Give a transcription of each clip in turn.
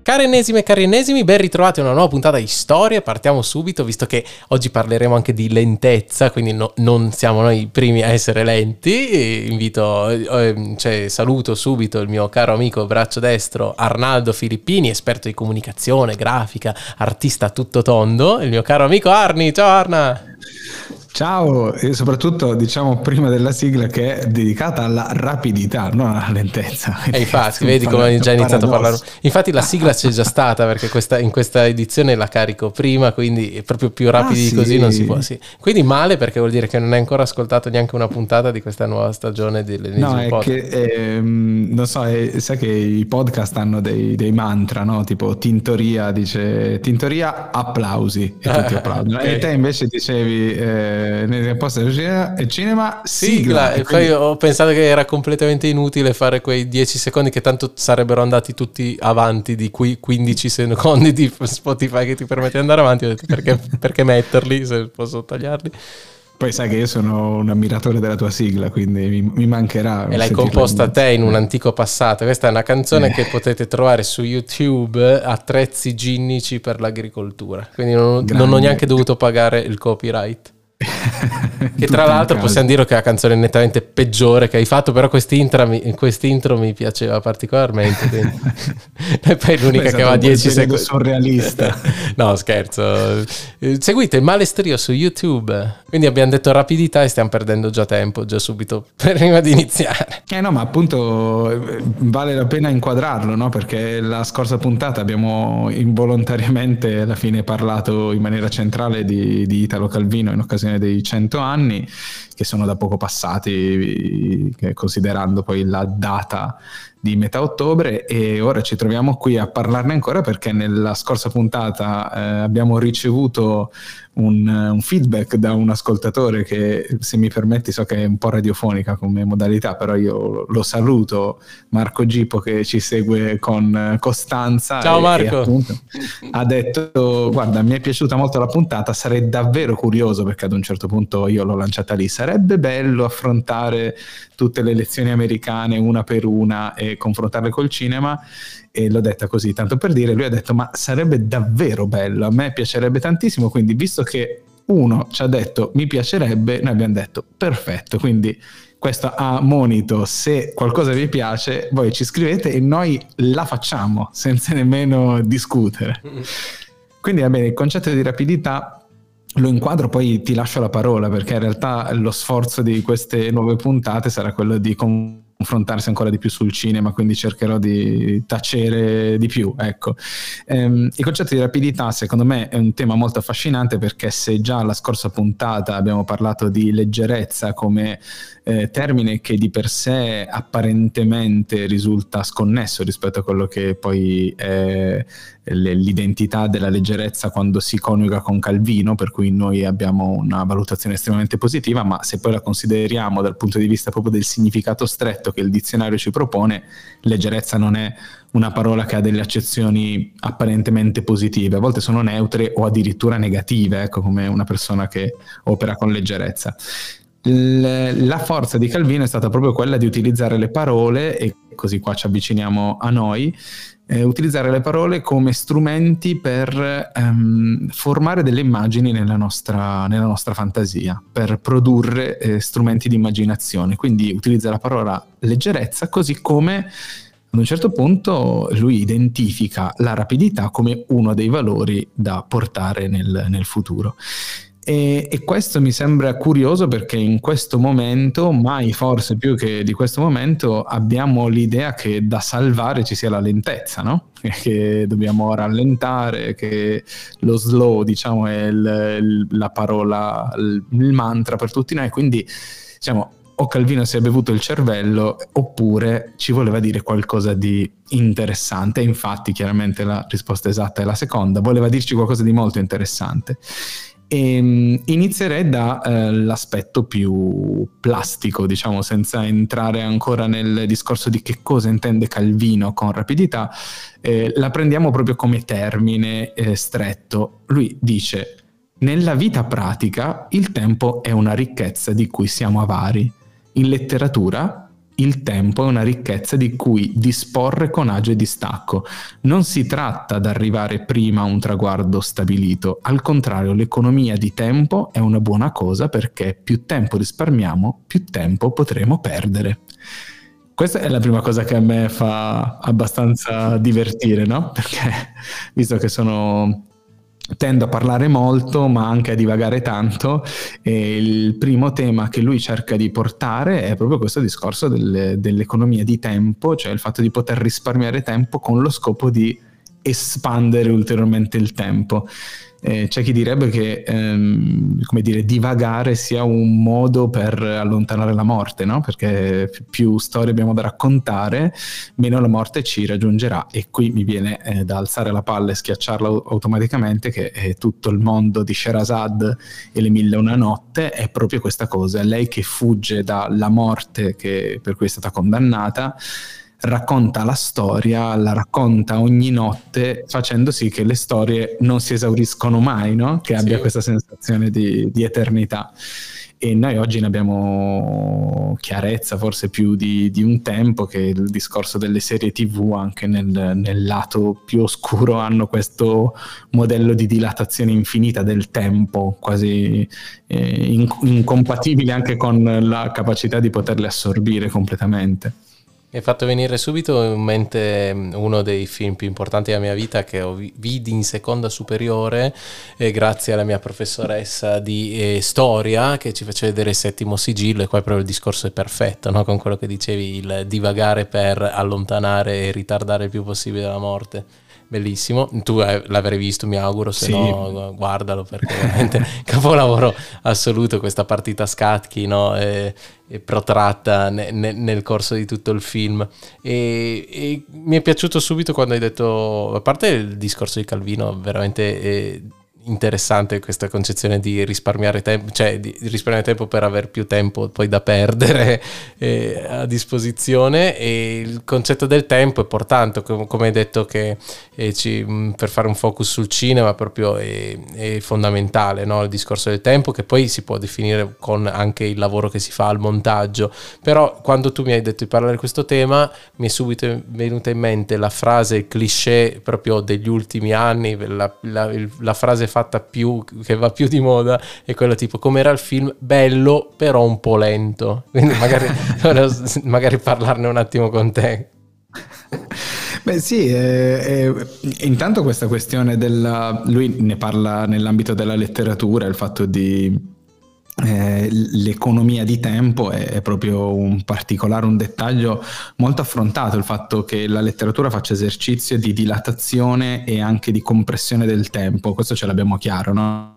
Cari ennesimi, ben ritrovati a una nuova puntata di Storie. Partiamo subito, visto che oggi parleremo anche di lentezza, quindi non siamo noi i primi a essere lenti. Saluto subito il mio caro amico braccio destro Arnaldo Filippini, esperto di comunicazione, grafica, artista tutto tondo, il mio caro amico Arni. Ciao Arna! Ciao, e soprattutto diciamo prima della sigla che è dedicata alla rapidità, non alla lentezza. E infatti, vedi come hai già iniziato a parlare. Infatti la sigla c'è già stata, perché in questa edizione la carico prima, quindi è proprio più rapidi di così non si può. Sì. Quindi male, perché vuol dire che non hai ancora ascoltato neanche una puntata di questa nuova stagione dell'Ennesimo Podcast. Che non so, sai che i podcast hanno dei mantra, no? Tipo Tintoria dice Tintoria applausi e tutti applaudono. Okay. E te invece dicevi nel posto del cinema sigla. E quindi... poi ho pensato che era completamente inutile fare quei 10 secondi che tanto sarebbero andati tutti avanti di quei 15 secondi di Spotify che ti permette di andare avanti. Ho detto perché metterli se posso tagliarli. Poi sai che io sono un ammiratore della tua sigla, quindi mi mancherà. E l'hai composta te in un antico passato. Questa è una canzone che potete trovare su YouTube, attrezzi ginnici per l'agricoltura. Quindi non ho neanche dovuto pagare il copyright. Che tra l'altro possiamo dire che è la canzone nettamente peggiore che hai fatto, però quest'intro mi piaceva particolarmente. E poi l'unica che va 10 secondi. Surrealista. No, scherzo. Seguite il Malestrio su YouTube. Quindi abbiamo detto rapidità e stiamo perdendo già tempo, già subito prima di iniziare. No, ma appunto vale la pena inquadrarlo, no? Perché la scorsa puntata abbiamo involontariamente alla fine parlato in maniera centrale di Italo Calvino in occasione dei 100 anni, che sono da poco passati, considerando poi la data di metà ottobre, e ora ci troviamo qui a parlarne ancora perché nella scorsa puntata abbiamo ricevuto un feedback da un ascoltatore che, se mi permetti, so che è un po' radiofonica come modalità, però io lo saluto, Marco Gipo, che ci segue con costanza. Ciao Marco! E appunto ha detto: guarda, mi è piaciuta molto la puntata, sarei davvero curioso, perché ad un certo punto io l'ho lanciata lì, sarebbe bello affrontare tutte le elezioni americane una per una e confrontarle col cinema. E l'ho detta così tanto per dire. Lui ha detto: ma sarebbe davvero bello, a me piacerebbe tantissimo. Quindi, visto che uno ci ha detto mi piacerebbe, noi abbiamo detto perfetto. Quindi questo a monito: se qualcosa vi piace voi ci scrivete e noi la facciamo senza nemmeno discutere. Quindi va bene, il concetto di rapidità lo inquadro, poi ti lascio la parola, perché in realtà lo sforzo di queste nuove puntate sarà quello di confrontarsi ancora di più sul cinema, quindi cercherò di tacere di più, ecco. Il concetto di rapidità secondo me è un tema molto affascinante, perché se già alla scorsa puntata abbiamo parlato di leggerezza come termine che di per sé apparentemente risulta sconnesso rispetto a quello che poi è l'identità della leggerezza quando si coniuga con Calvino, per cui noi abbiamo una valutazione estremamente positiva, ma se poi la consideriamo dal punto di vista proprio del significato stretto che il dizionario ci propone, leggerezza non è una parola che ha delle accezioni apparentemente positive, a volte sono neutre o addirittura negative, ecco, come una persona che opera con leggerezza. La forza di Calvino è stata proprio quella di utilizzare le parole, e così qua ci avviciniamo a noi, utilizzare le parole come strumenti per formare delle immagini nella nostra fantasia, per produrre strumenti di immaginazione. Quindi utilizza la parola leggerezza, così come ad un certo punto lui identifica la rapidità come uno dei valori da portare nel futuro. E questo mi sembra curioso, perché in questo momento, mai forse più che di questo momento, abbiamo l'idea che da salvare ci sia la lentezza, no? Che dobbiamo rallentare, che lo slow, diciamo, è la parola, il mantra per tutti noi. Quindi, diciamo, o Calvino si è bevuto il cervello, oppure ci voleva dire qualcosa di interessante. E infatti, chiaramente, la risposta esatta è la seconda. Voleva dirci qualcosa di molto interessante. E inizierei dall'aspetto più plastico, diciamo, senza entrare ancora nel discorso di che cosa intende Calvino con rapidità. La prendiamo proprio come termine stretto. Lui dice: nella vita pratica il tempo è una ricchezza di cui siamo avari. In letteratura il tempo è una ricchezza di cui disporre con agio e distacco. Non si tratta di arrivare prima a un traguardo stabilito, al contrario, l'economia di tempo è una buona cosa perché più tempo risparmiamo, più tempo potremo perdere. Questa è la prima cosa che a me fa abbastanza divertire, no? Perché visto che tendo a parlare molto ma anche a divagare tanto, e il primo tema che lui cerca di portare è proprio questo discorso dell'economia di tempo, cioè il fatto di poter risparmiare tempo con lo scopo di espandere ulteriormente il tempo. C'è chi direbbe che come dire, divagare sia un modo per allontanare la morte, no? Perché più storie abbiamo da raccontare, meno la morte ci raggiungerà. E qui mi viene da alzare la palla e schiacciarla automaticamente, che tutto il mondo di Sherazad e le 1001 notte è proprio questa cosa. Lei che fugge dalla morte per cui è stata condannata, racconta la storia, la racconta ogni notte, facendo sì che le storie non si esauriscono mai, no? Che abbia questa sensazione di eternità. E noi oggi ne abbiamo chiarezza forse più di un tempo, che il discorso delle serie TV anche nel lato più oscuro hanno questo modello di dilatazione infinita del tempo, quasi incompatibile anche con la capacità di poterle assorbire completamente. Mi hai fatto venire subito in mente uno dei film più importanti della mia vita, che vidi in seconda superiore grazie alla mia professoressa di storia, che ci faceva vedere il Settimo Sigillo, e qua proprio il discorso è perfetto, no? Con quello che dicevi, il divagare per allontanare e ritardare il più possibile la morte. Bellissimo, tu l'avrai visto, mi auguro, se no guardalo, perché veramente capolavoro assoluto, questa partita a scacchi, no? È protratta nel corso di tutto il film, e mi è piaciuto subito quando hai detto, a parte il discorso di Calvino, veramente interessante questa concezione di risparmiare tempo, cioè di risparmiare tempo per avere più tempo poi da perdere a disposizione, e il concetto del tempo è portante, come hai detto, che per fare un focus sul cinema proprio è fondamentale, no? Il discorso del tempo, che poi si può definire con anche il lavoro che si fa al montaggio. Però quando tu mi hai detto di parlare di questo tema, mi è subito venuta in mente la frase cliché proprio degli ultimi anni, la frase fatta che va più di moda, è quella tipo: com'era il film? Bello però un po' lento. Quindi magari parlarne un attimo con te. Beh sì, intanto questa questione lui ne parla nell'ambito della letteratura, il fatto di l'economia di tempo è proprio un particolare, un dettaglio molto affrontato, il fatto che la letteratura faccia esercizio di dilatazione e anche di compressione del tempo, questo ce l'abbiamo chiaro, no?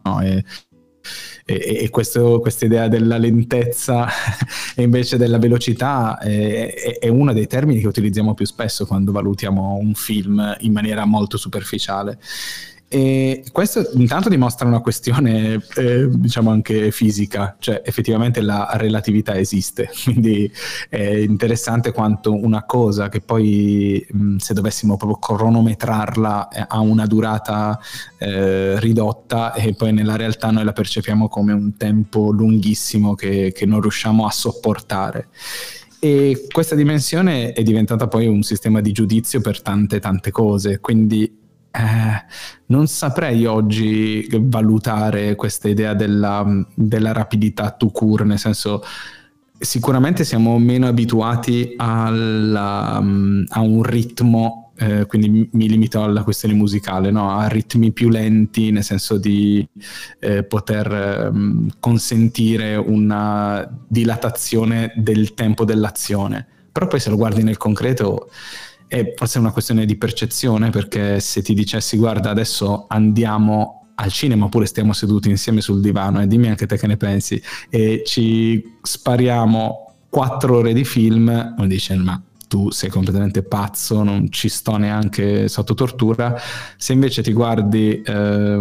E questa idea della lentezza e invece della velocità è uno dei termini che utilizziamo più spesso quando valutiamo un film in maniera molto superficiale. E questo intanto dimostra una questione diciamo anche fisica, cioè effettivamente la relatività esiste, quindi è interessante quanto una cosa che poi se dovessimo proprio cronometrarla ha una durata ridotta, e poi nella realtà noi la percepiamo come un tempo lunghissimo che non riusciamo a sopportare. E questa dimensione è diventata poi un sistema di giudizio per tante cose, quindi non saprei oggi valutare questa idea della rapidità tout court, nel senso, sicuramente siamo meno abituati a un ritmo, quindi mi limito alla questione musicale, no? A ritmi più lenti, nel senso di poter consentire una dilatazione del tempo dell'azione. Però poi se lo guardi nel concreto è forse una questione di percezione, perché se ti dicessi guarda adesso andiamo al cinema oppure stiamo seduti insieme sul divano e dimmi anche te che ne pensi e ci spariamo 4 ore di film, uno dice ma tu sei completamente pazzo, non ci sto neanche sotto tortura. Se invece ti guardi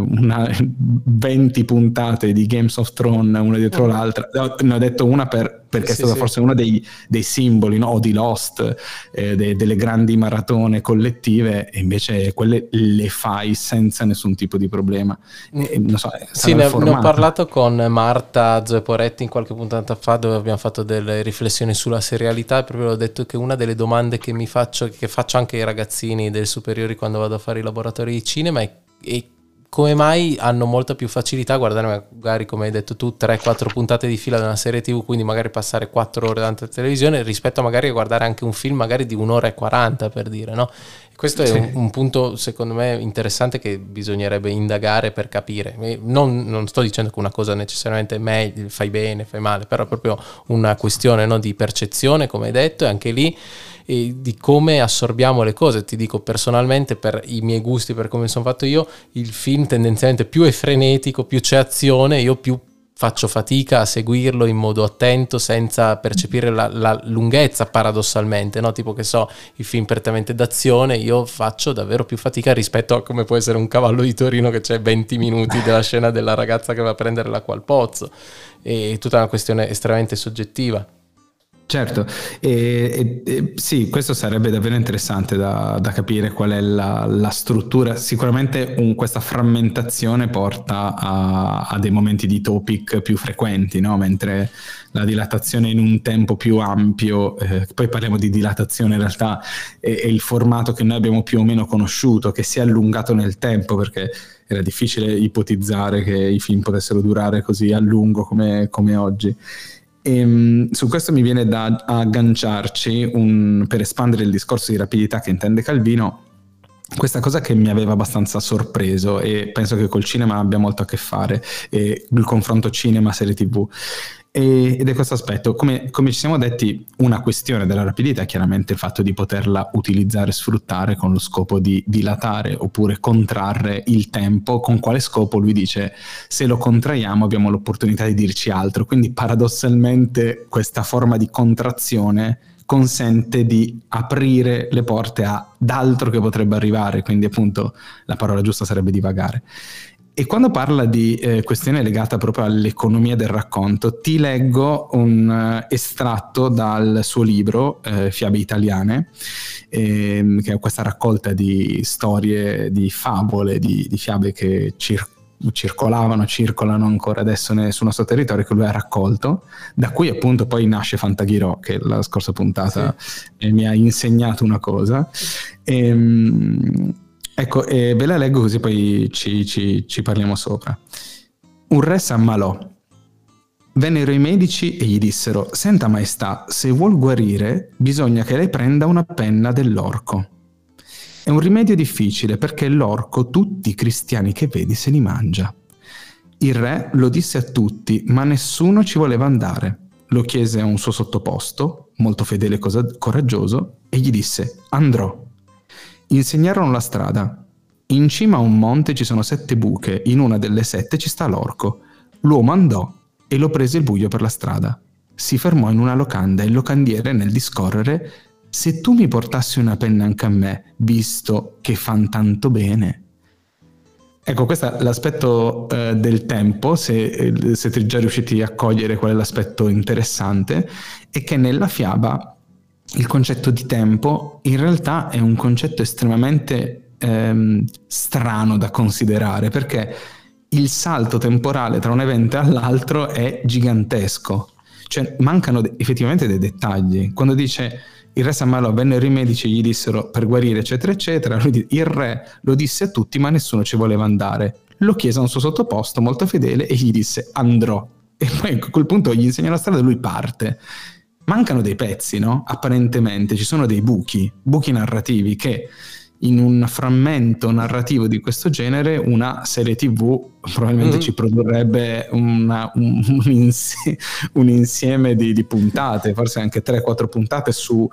20 puntate di Games of Thrones una dietro l'altra, ne ho detto una per perché è stato forse uno dei simboli, no? O di Lost, delle grandi maratone collettive, e invece quelle le fai senza nessun tipo di problema. Non so, sì, ne ho parlato con Marta Zoe-Poretti in qualche puntata fa, dove abbiamo fatto delle riflessioni sulla serialità, e proprio ho detto che una delle domande che mi faccio, che faccio anche ai ragazzini delle superiori quando vado a fare i laboratori di cinema, è come mai hanno molta più facilità a guardare, magari come hai detto tu, 3-4 puntate di fila di una serie TV, quindi magari passare 4 ore davanti alla televisione, rispetto a magari a guardare anche un film magari di 1 ora e 40, per dire, no? E questo è un punto secondo me interessante che bisognerebbe indagare per capire. Non sto dicendo che una cosa necessariamente fai bene, fai male, però è proprio una questione, no, di percezione, come hai detto, e anche lì e di come assorbiamo le cose. Ti dico personalmente, per i miei gusti, per come sono fatto io, il film tendenzialmente più è frenetico, più c'è azione, io più faccio fatica a seguirlo in modo attento senza percepire la lunghezza, paradossalmente, no? Tipo, che so, i film prettamente d'azione io faccio davvero più fatica rispetto a come può essere un Cavallo di Torino, che c'è 20 minuti della scena della ragazza che va a prendere l'acqua al pozzo. È tutta una questione estremamente soggettiva. Certo, sì, questo sarebbe davvero interessante da capire qual è la struttura. Sicuramente questa frammentazione porta a dei momenti di topic più frequenti, no? Mentre la dilatazione in un tempo più ampio, poi parliamo di dilatazione in realtà, è il formato che noi abbiamo più o meno conosciuto, che si è allungato nel tempo, perché era difficile ipotizzare che i film potessero durare così a lungo come oggi. E, su questo mi viene da agganciarci, per espandere il discorso di rapidità che intende Calvino, questa cosa che mi aveva abbastanza sorpreso, e penso che col cinema abbia molto a che fare, il confronto cinema-serie TV. Ed è questo aspetto, come ci siamo detti, una questione della rapidità è chiaramente il fatto di poterla utilizzare e sfruttare con lo scopo di dilatare oppure contrarre il tempo. Con quale scopo? Lui dice: se lo contraiamo abbiamo l'opportunità di dirci altro, quindi paradossalmente questa forma di contrazione consente di aprire le porte ad altro che potrebbe arrivare, quindi appunto la parola giusta sarebbe divagare. E quando parla di questione legata proprio all'economia del racconto, ti leggo un estratto dal suo libro Fiabe italiane, che è questa raccolta di storie, di favole, di fiabe che circolano ancora adesso sul nostro territorio, che lui ha raccolto, da cui appunto poi nasce Fantaghirò, che la scorsa puntata mi ha insegnato una cosa. Ecco, ve la leggo così poi ci parliamo sopra. Un re s'ammalò. Vennero i medici e gli dissero: senta maestà, se vuol guarire bisogna che lei prenda una penna dell'orco. È un rimedio difficile, perché l'orco tutti i cristiani che vedi se li mangia. Il re lo disse a tutti, ma nessuno ci voleva andare. Lo chiese a un suo sottoposto, molto fedele e coraggioso, e gli disse: andrò. Insegnarono la strada. In cima a un monte ci sono 7 buche, in una delle 7 ci sta l'orco. L'uomo andò e lo prese il buio per la strada. Si fermò in una locanda e il locandiere, nel discorrere: se tu mi portassi una penna anche a me, visto che fan tanto bene. Ecco, questo è l'aspetto del tempo, se siete già riusciti a cogliere qual è l'aspetto interessante, è che nella fiaba il concetto di tempo in realtà è un concetto estremamente strano da considerare, perché il salto temporale tra un evento e l'altro è gigantesco, cioè mancano effettivamente dei dettagli. Quando dice il re s'ammalò, vennero i medici e gli dissero per guarire eccetera eccetera, il re lo disse a tutti ma nessuno ci voleva andare, lo chiese a un suo sottoposto molto fedele e gli disse andrò, e poi a quel punto gli insegna la strada e lui parte. Mancano dei pezzi, no? Apparentemente ci sono dei buchi narrativi che in un frammento narrativo di questo genere una serie TV probabilmente ci produrrebbe un insieme di puntate, forse anche 3-4 puntate su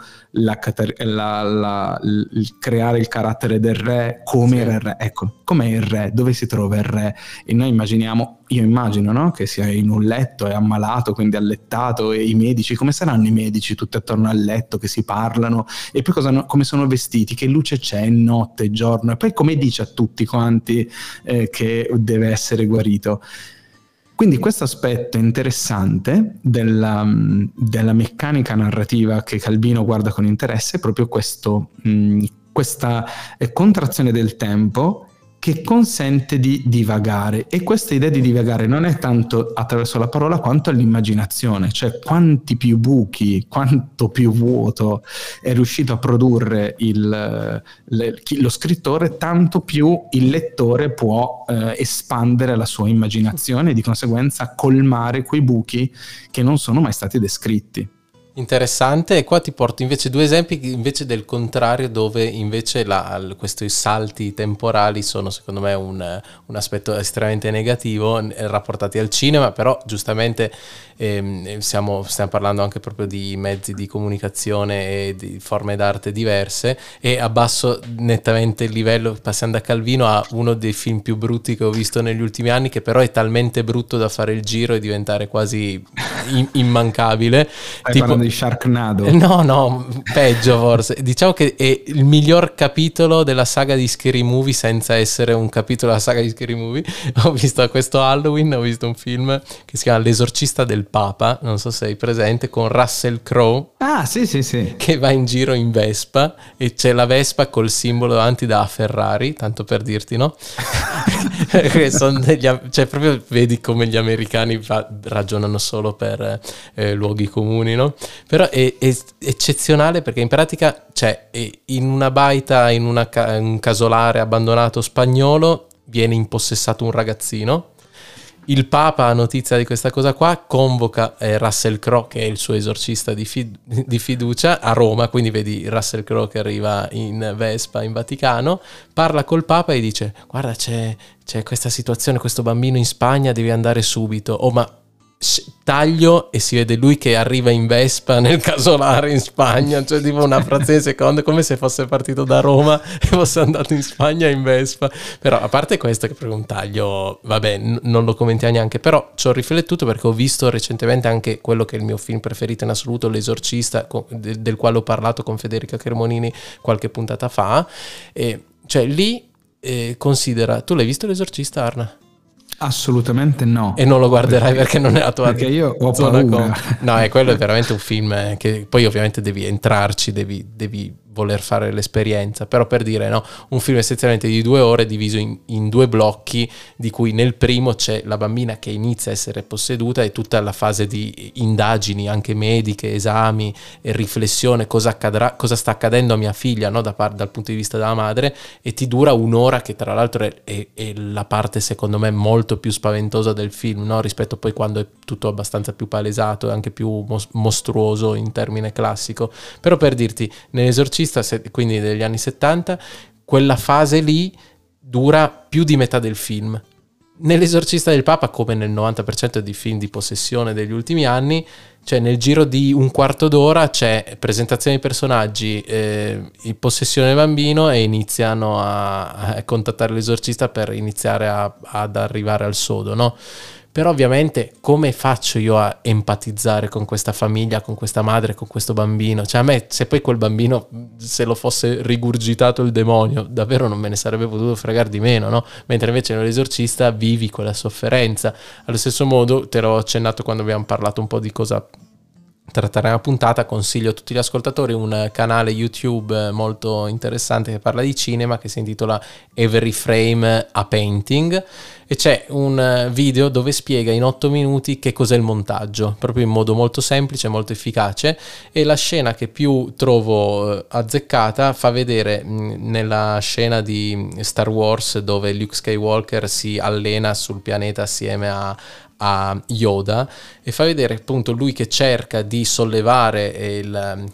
creare il carattere del re, come era il re, ecco, com'è il re, dove si trova il re, e noi io immagino, no? Che sia in un letto, è ammalato, quindi allettato, e i medici, come saranno i medici tutti attorno al letto che si parlano, e poi come sono vestiti, che luce c'è, notte, giorno, e poi come dice a tutti quanti che deve essere guarito. Quindi questo aspetto interessante della meccanica narrativa che Calvino guarda con interesse è proprio questa contrazione del tempo che consente di divagare, e questa idea di divagare non è tanto attraverso la parola quanto all'immaginazione, cioè quanti più buchi, quanto più vuoto è riuscito a produrre lo scrittore, tanto più il lettore può espandere la sua immaginazione e di conseguenza colmare quei buchi che non sono mai stati descritti. Interessante. E qua ti porto invece due esempi invece del contrario, dove invece questi salti temporali sono secondo me un aspetto estremamente negativo rapportati al cinema, però giustamente stiamo parlando anche proprio di mezzi di comunicazione e di forme d'arte diverse, e abbasso nettamente il livello passando da Calvino a uno dei film più brutti che ho visto negli ultimi anni, che però è talmente brutto da fare il giro e diventare quasi immancabile. Tipo di Sharknado. No, peggio forse. Diciamo che è il miglior capitolo della saga di Scary Movie senza essere un capitolo della saga di Scary Movie. Ho visto questo Halloween, ho visto un film che si chiama L'esorcista del Papa, non so se sei presente, con Russell Crowe. Ah, sì. Che va in giro in Vespa e c'è la Vespa col simbolo davanti da Ferrari, tanto per dirti, no? Cioè proprio vedi come gli americani ragionano solo per luoghi comuni, no? Però è eccezionale, perché in pratica c'è in una baita, in un casolare abbandonato spagnolo, viene impossessato un ragazzino. Il Papa ha notizia di questa cosa qua, convoca Russell Crowe, che è il suo esorcista di fiducia, a Roma, quindi vedi Russell Crowe che arriva in Vespa in Vaticano, parla col Papa e dice: guarda, c'è questa situazione, questo bambino in Spagna, devi andare subito. Oh, ma taglio e si vede lui che arriva in Vespa nel casolare in Spagna, cioè tipo una frazione di secondo, come se fosse partito da Roma e fosse andato in Spagna in Vespa. Però a parte questo, che per un taglio, vabbè, non lo commentiamo neanche, però ci ho riflettuto perché ho visto recentemente anche quello che è il mio film preferito in assoluto, L'Esorcista, del quale ho parlato con Federica Cremonini qualche puntata fa, e cioè lì considera, tu l'hai visto L'Esorcista, Arna? Assolutamente no. E non lo guarderai perché non è la tua perché io ho zona paura. No, quello è veramente un film che poi ovviamente devi entrarci, devi voler fare l'esperienza, però per dire, no, un film essenzialmente di 2 ore diviso in 2 blocchi, di cui nel primo c'è la bambina che inizia a essere posseduta e tutta la fase di indagini anche mediche, esami e riflessione, cosa accadrà, cosa sta accadendo a mia figlia, no, dal punto di vista della madre, e ti dura 1 ora, che tra l'altro è la parte secondo me molto più spaventosa del film, no, rispetto poi quando è tutto abbastanza più palesato e anche più mostruoso in termine classico. Però per dirti, nell'Esorcista, quindi degli anni 70, quella fase lì dura più di metà del film. Nell'Esorcista del Papa, come nel 90% di film di possessione degli ultimi anni, cioè nel giro di un quarto d'ora c'è presentazione dei personaggi, possessione del bambino, e iniziano a contattare l'esorcista per iniziare ad arrivare al sodo, no? Però ovviamente come faccio io a empatizzare con questa famiglia, con questa madre, con questo bambino? Cioè a me, se poi quel bambino, se lo fosse rigurgitato il demonio, davvero non me ne sarebbe potuto fregare di meno, no? Mentre invece nell'Esorcista vivi quella sofferenza. Allo stesso modo, te l'ho accennato quando abbiamo parlato un po' di cosa trattare una puntata, consiglio a tutti gli ascoltatori un canale YouTube molto interessante che parla di cinema, che si intitola Every Frame a Painting, e c'è un video dove spiega in 8 minuti che cos'è il montaggio, proprio in modo molto semplice, molto efficace. E la scena che più trovo azzeccata fa vedere nella scena di Star Wars, dove Luke Skywalker si allena sul pianeta assieme a Yoda, e fa vedere appunto lui che cerca di sollevare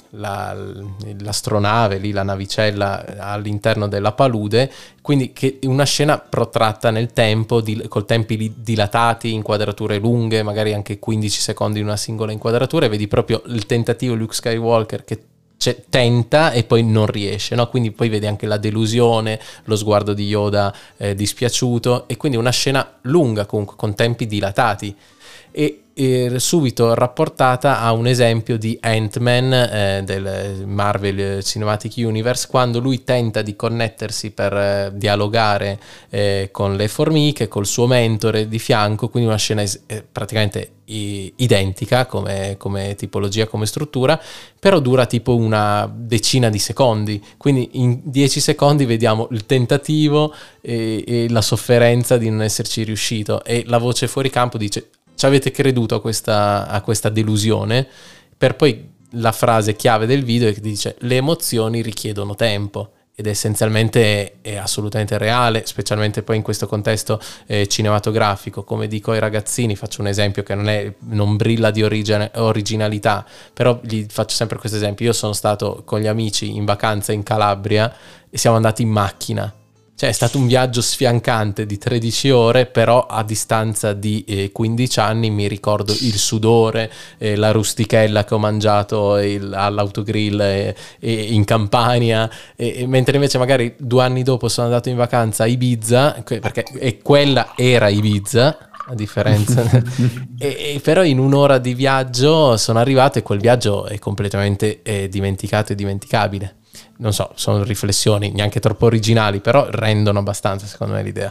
l'astronave lì, la navicella all'interno della palude, quindi che una scena protratta nel tempo, col tempi dilatati, inquadrature lunghe, magari anche 15 secondi in una singola inquadratura, e vedi proprio il tentativo Luke Skywalker che tenta e poi non riesce, no? Quindi poi vedi anche la delusione, lo sguardo di Yoda dispiaciuto, e quindi una scena lunga comunque con tempi dilatati. E subito rapportata a un esempio di Ant-Man del Marvel Cinematic Universe, quando lui tenta di connettersi per dialogare con le formiche, col suo mentore di fianco, quindi una scena praticamente identica come tipologia, come struttura, però dura tipo una decina di secondi, quindi in 10 secondi vediamo il tentativo e la sofferenza di non esserci riuscito, e la voce fuori campo dice: ci avete creduto a questa delusione? Per poi la frase chiave del video è che dice: le emozioni richiedono tempo. Ed essenzialmente è assolutamente reale, specialmente poi in questo contesto cinematografico. Come dico ai ragazzini, faccio un esempio che non brilla di originalità, però gli faccio sempre questo esempio. Io sono stato con gli amici in vacanza in Calabria e siamo andati in macchina. Cioè è stato un viaggio sfiancante di 13 ore, però a distanza di 15 anni mi ricordo il sudore, la rustichella che ho mangiato all'autogrill in Campania, mentre invece magari 2 anni dopo sono andato in vacanza a Ibiza, perché quella era Ibiza, a differenza però in un'ora di viaggio sono arrivato e quel viaggio è completamente dimenticato e dimenticabile. Non so, sono riflessioni neanche troppo originali, però rendono abbastanza, secondo me, l'idea.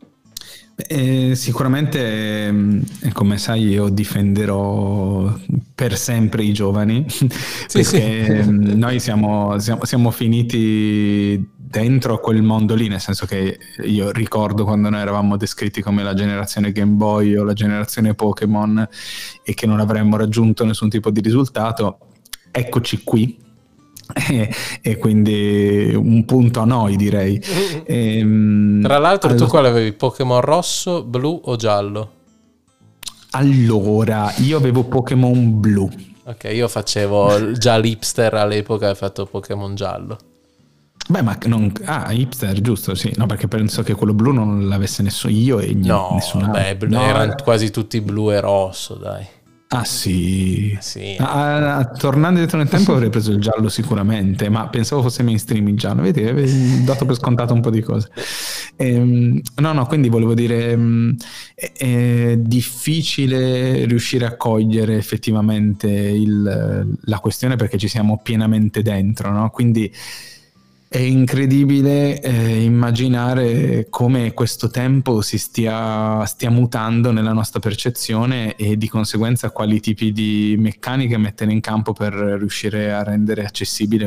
Sicuramente, come sai, io difenderò per sempre i giovani, perché noi siamo finiti dentro a quel mondo lì, nel senso che io ricordo quando noi eravamo descritti come la generazione Game Boy o la generazione Pokémon e che non avremmo raggiunto nessun tipo di risultato. Eccoci qui. E quindi un punto a noi, direi. Tra l'altro tu quale avevi? Pokémon rosso, blu o giallo? Allora, io avevo Pokémon blu. Ok, io facevo già l'hipster all'epoca, ho fatto Pokémon giallo. Beh, ma non... hipster, giusto, sì. No, perché penso che quello blu non l'avesse nessuno io e nessun altro. No, erano quasi tutti blu e rosso, dai. Ah sì, sì. Tornando indietro nel tempo avrei preso il giallo sicuramente, ma pensavo fosse mainstream il giallo, vedi, avevi dato per scontato un po' di cose. No, quindi volevo dire, è difficile riuscire a cogliere effettivamente la questione perché ci siamo pienamente dentro, no? Quindi è incredibile immaginare come questo tempo si stia mutando nella nostra percezione e di conseguenza quali tipi di meccaniche mettere in campo per riuscire a rendere accessibile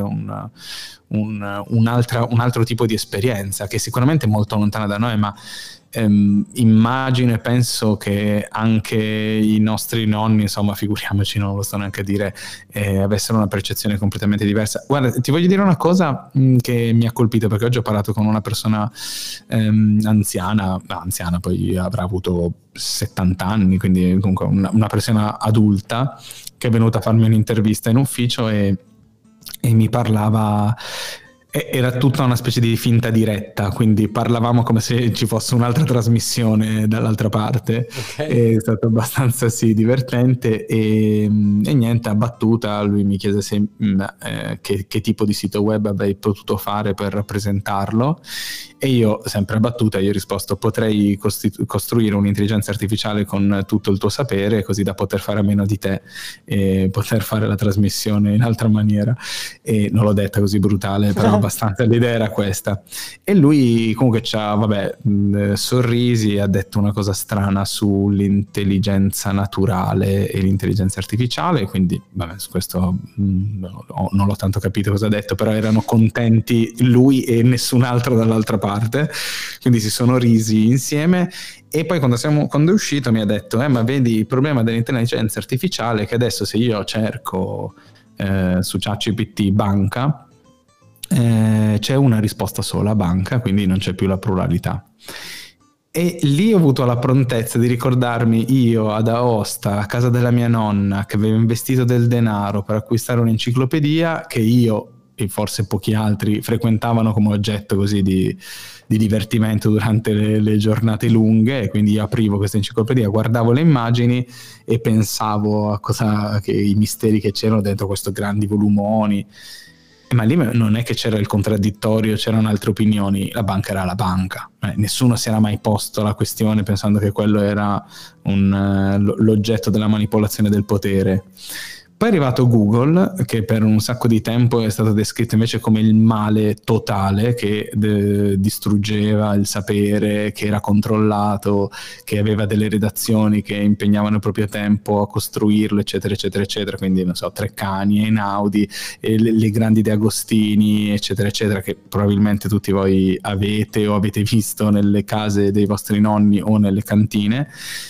un altro tipo di esperienza che sicuramente è molto lontana da noi, ma immagino e penso che anche i nostri nonni, insomma, figuriamoci, non lo sto neanche a dire, avessero una percezione completamente diversa. Guarda, ti voglio dire una cosa che mi ha colpito, perché oggi ho parlato con una persona anziana, poi avrà avuto 70 anni, quindi comunque una persona adulta, che è venuta a farmi un'intervista in ufficio e mi parlava. Era tutta una specie di finta diretta, quindi parlavamo come se ci fosse un'altra trasmissione dall'altra parte. Okay. È stato abbastanza divertente e niente, a battuta lui mi chiese che tipo di sito web avrei potuto fare per rappresentarlo e io, sempre a battuta, gli ho risposto: potrei costruire un'intelligenza artificiale con tutto il tuo sapere, così da poter fare a meno di te e poter fare la trasmissione in altra maniera. E non l'ho detta così brutale, però abbastanza l'idea era questa. E lui comunque sorrisi, ha detto una cosa strana sull'intelligenza naturale e l'intelligenza artificiale, quindi vabbè, su questo non l'ho tanto capito cosa ha detto, però erano contenti lui e nessun altro dall'altra parte, quindi si sono risi insieme. E poi quando è uscito mi ha detto ma vedi, il problema dell'intelligenza artificiale è che adesso se io cerco su ChatGPT banca, c'è una risposta sola, banca, quindi non c'è più la pluralità. E lì ho avuto la prontezza di ricordarmi io ad Aosta, a casa della mia nonna, che aveva investito del denaro per acquistare un'enciclopedia che io e forse pochi altri frequentavano come oggetto così di divertimento durante le giornate lunghe, e quindi io aprivo questa enciclopedia, guardavo le immagini e pensavo a i misteri che c'erano dentro questi grandi volumoni. Ma lì non è che c'era il contraddittorio, c'erano altre opinioni, la banca era la banca. Nessuno si era mai posto la questione pensando che quello era l'oggetto della manipolazione del potere. Poi è arrivato Google, che per un sacco di tempo è stato descritto invece come il male totale, che distruggeva il sapere, che era controllato, che aveva delle redazioni che impegnavano il proprio tempo a costruirlo, eccetera, eccetera, eccetera. Quindi, non so, Treccani, Einaudi, le grandi De Agostini, eccetera, eccetera, che probabilmente tutti voi avete o avete visto nelle case dei vostri nonni o nelle cantine.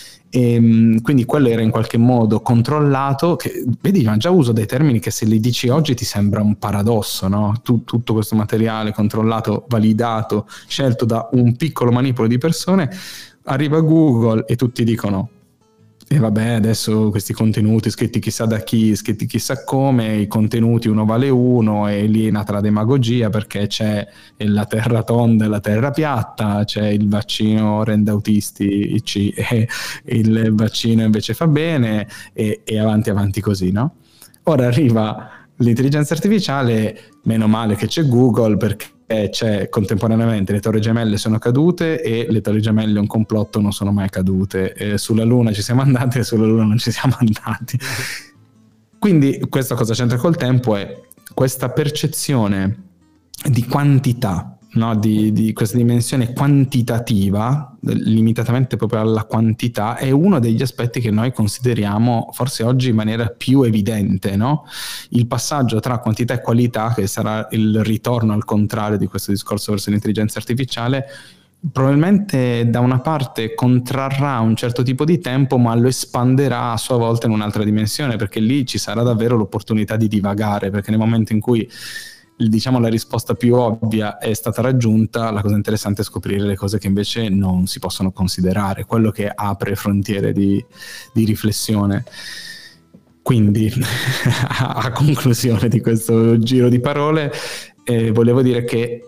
E quindi quello era in qualche modo controllato, che vedi, ma già uso dei termini che se li dici oggi ti sembra un paradosso, no? Tutto questo materiale controllato, validato, scelto da un piccolo manipolo di persone, arriva a Google e tutti dicono e vabbè, adesso questi contenuti scritti chissà da chi, scritti chissà come, i contenuti uno vale uno, e lì è nata la demagogia, perché c'è la terra tonda e la terra piatta, c'è il vaccino rende autisti e il vaccino invece fa bene, e avanti così, no? Ora arriva l'intelligenza artificiale, meno male che c'è Google, perché c'è contemporaneamente le torri gemelle sono cadute e le torri gemelle un complotto non sono mai cadute, sulla Luna ci siamo andati e sulla Luna non ci siamo andati. Quindi questa cosa c'entra col tempo, è questa percezione di quantità, no? Di questa dimensione quantitativa, limitatamente proprio alla quantità, è uno degli aspetti che noi consideriamo forse oggi in maniera più evidente, no? Il passaggio tra quantità e qualità, che sarà il ritorno al contrario di questo discorso verso l'intelligenza artificiale, probabilmente da una parte contrarrà un certo tipo di tempo, ma lo espanderà a sua volta in un'altra dimensione, perché lì ci sarà davvero l'opportunità di divagare, perché nel momento in cui diciamo la risposta più ovvia è stata raggiunta, la cosa interessante è scoprire le cose che invece non si possono considerare, quello che apre frontiere di riflessione. Quindi a conclusione di questo giro di parole, volevo dire che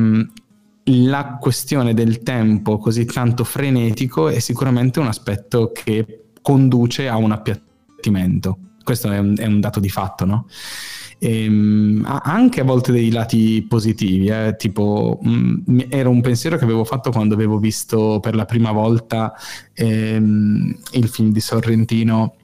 la questione del tempo così tanto frenetico è sicuramente un aspetto che conduce a un appiattimento. Questo è un dato di fatto, no? Ha anche a volte dei lati positivi, tipo era un pensiero che avevo fatto quando avevo visto per la prima volta il film di Sorrentino,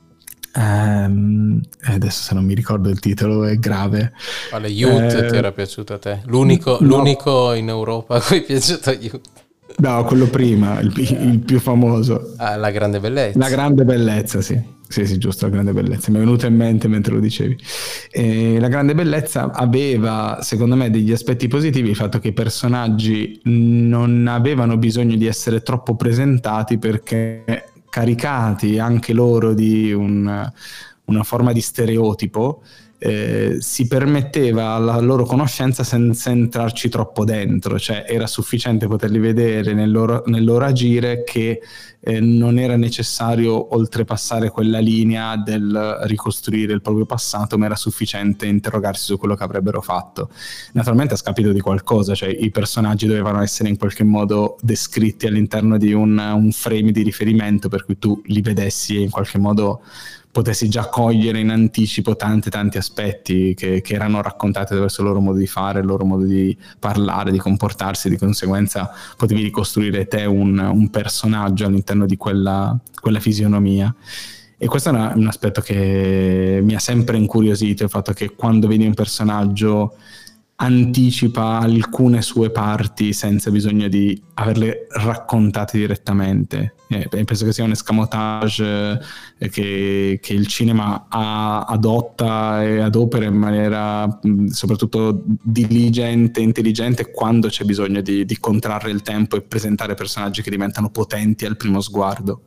adesso se non mi ricordo il titolo è grave. Quale, Youth ti era piaciuto a te? L'unico in Europa a cui è piaciuto Youth? No, quello prima, il più famoso. La grande bellezza. La grande bellezza, sì. Sì, giusto, La grande bellezza. Mi è venuto in mente mentre lo dicevi. La grande bellezza aveva, secondo me, degli aspetti positivi, il fatto che i personaggi non avevano bisogno di essere troppo presentati, perché caricati anche loro di una forma di stereotipo, si permetteva la loro conoscenza senza entrarci troppo dentro, cioè era sufficiente poterli vedere nel loro agire, che non era necessario oltrepassare quella linea del ricostruire il proprio passato, ma era sufficiente interrogarsi su quello che avrebbero fatto, naturalmente a scapito di qualcosa, cioè i personaggi dovevano essere in qualche modo descritti all'interno di un frame di riferimento, per cui tu li vedessi e in qualche modo potessi già cogliere in anticipo tanti aspetti che erano raccontati attraverso il loro modo di fare, il loro modo di parlare, di comportarsi, di conseguenza potevi ricostruire te un personaggio all'interno di quella fisionomia. E questo è un aspetto che mi ha sempre incuriosito, il fatto che quando vedi un personaggio anticipa alcune sue parti senza bisogno di averle raccontate direttamente. Penso che sia un escamotage che il cinema adotta e adopera in maniera soprattutto diligente, intelligente, quando c'è bisogno di contrarre il tempo e presentare personaggi che diventano potenti al primo sguardo.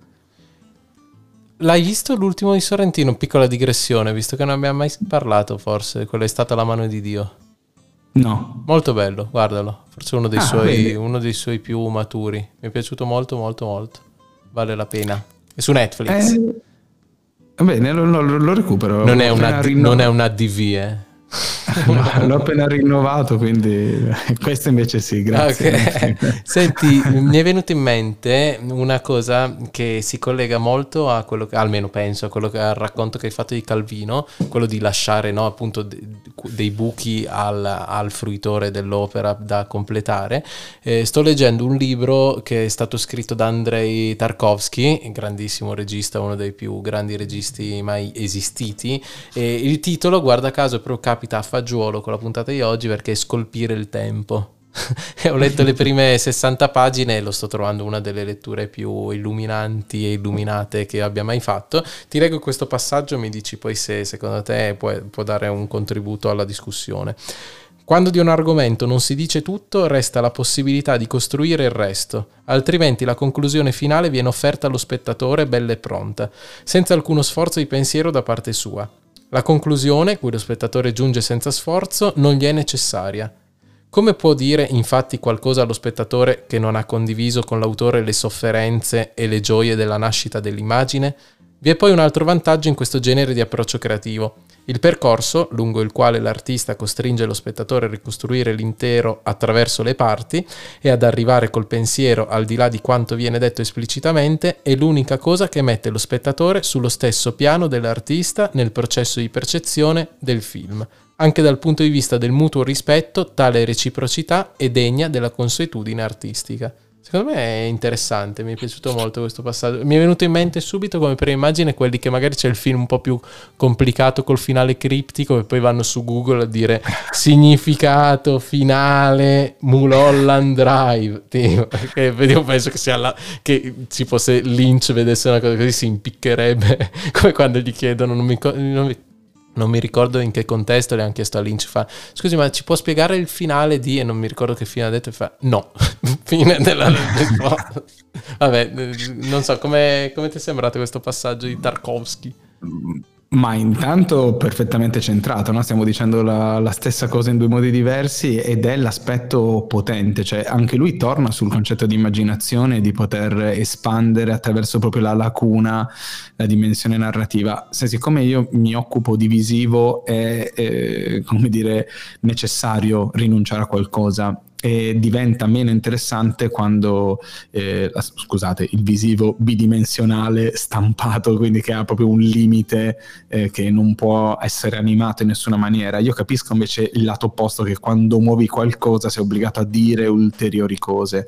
L'hai visto l'ultimo di Sorrentino? Piccola digressione, visto che non abbiamo mai parlato, forse quella è stata La mano di Dio. No. Molto bello, guardalo. Forse uno dei suoi più maturi. Mi è piaciuto molto. Vale la pena. È su Netflix. Bene, lo recupero. Non è una DV, L'ho appena rinnovato, quindi questo invece sì, grazie. Okay. Senti, mi è venuto in mente una cosa che si collega molto a quello che, almeno penso, a quello che al racconto che hai fatto di Calvino, quello di lasciare, no, appunto dei buchi al fruitore dell'opera da completare. Sto leggendo un libro che è stato scritto da Andrei Tarkovsky, grandissimo regista, uno dei più grandi registi mai esistiti, e il titolo, guarda caso, proprio capita a fagiolo con la puntata di oggi, perché è Scolpire il tempo. Ho letto le prime 60 pagine e lo sto trovando una delle letture più illuminanti e illuminate che abbia mai fatto. Ti leggo questo passaggio, mi dici poi se secondo te può dare un contributo alla discussione. Quando di un argomento non si dice tutto, resta la possibilità di costruire il resto, altrimenti la conclusione finale viene offerta allo spettatore bella e pronta, senza alcuno sforzo di pensiero da parte sua. La conclusione, cui lo spettatore giunge senza sforzo, non gli è necessaria. Come può dire infatti qualcosa allo spettatore che non ha condiviso con l'autore le sofferenze e le gioie della nascita dell'immagine? Vi è poi un altro vantaggio in questo genere di approccio creativo. Il percorso, lungo il quale l'artista costringe lo spettatore a ricostruire l'intero attraverso le parti e ad arrivare col pensiero al di là di quanto viene detto esplicitamente, è l'unica cosa che mette lo spettatore sullo stesso piano dell'artista nel processo di percezione del film. Anche dal punto di vista del mutuo rispetto, tale reciprocità è degna della consuetudine artistica. Secondo me è interessante, mi è piaciuto molto questo passaggio. Mi è venuto in mente subito come prima immagine quelli che magari c'è il film un po' più complicato col finale criptico e poi vanno su Google a dire significato finale Mulholland Drive. Io penso che sia che ci fosse Lynch vedesse una cosa così si impiccherebbe, come quando gli chiedono, non mi ricordo in che contesto le hanno chiesto a Lynch, fa scusi ma ci può spiegare il finale di, e non mi ricordo che fine ha detto, e fa no, fine della risposta. Vabbè, non so, come ti è sembrato questo passaggio di Tarkovsky? Ma intanto perfettamente centrato, no? Stiamo dicendo la stessa cosa in due modi diversi ed è l'aspetto potente, cioè anche lui torna sul concetto di immaginazione, di poter espandere attraverso proprio la lacuna, la dimensione narrativa. Siccome io mi occupo di visivo è come dire, necessario rinunciare a qualcosa. E diventa meno interessante quando il visivo bidimensionale stampato, quindi che ha proprio un limite che non può essere animato in nessuna maniera. Io capisco invece il lato opposto, che quando muovi qualcosa sei obbligato a dire ulteriori cose.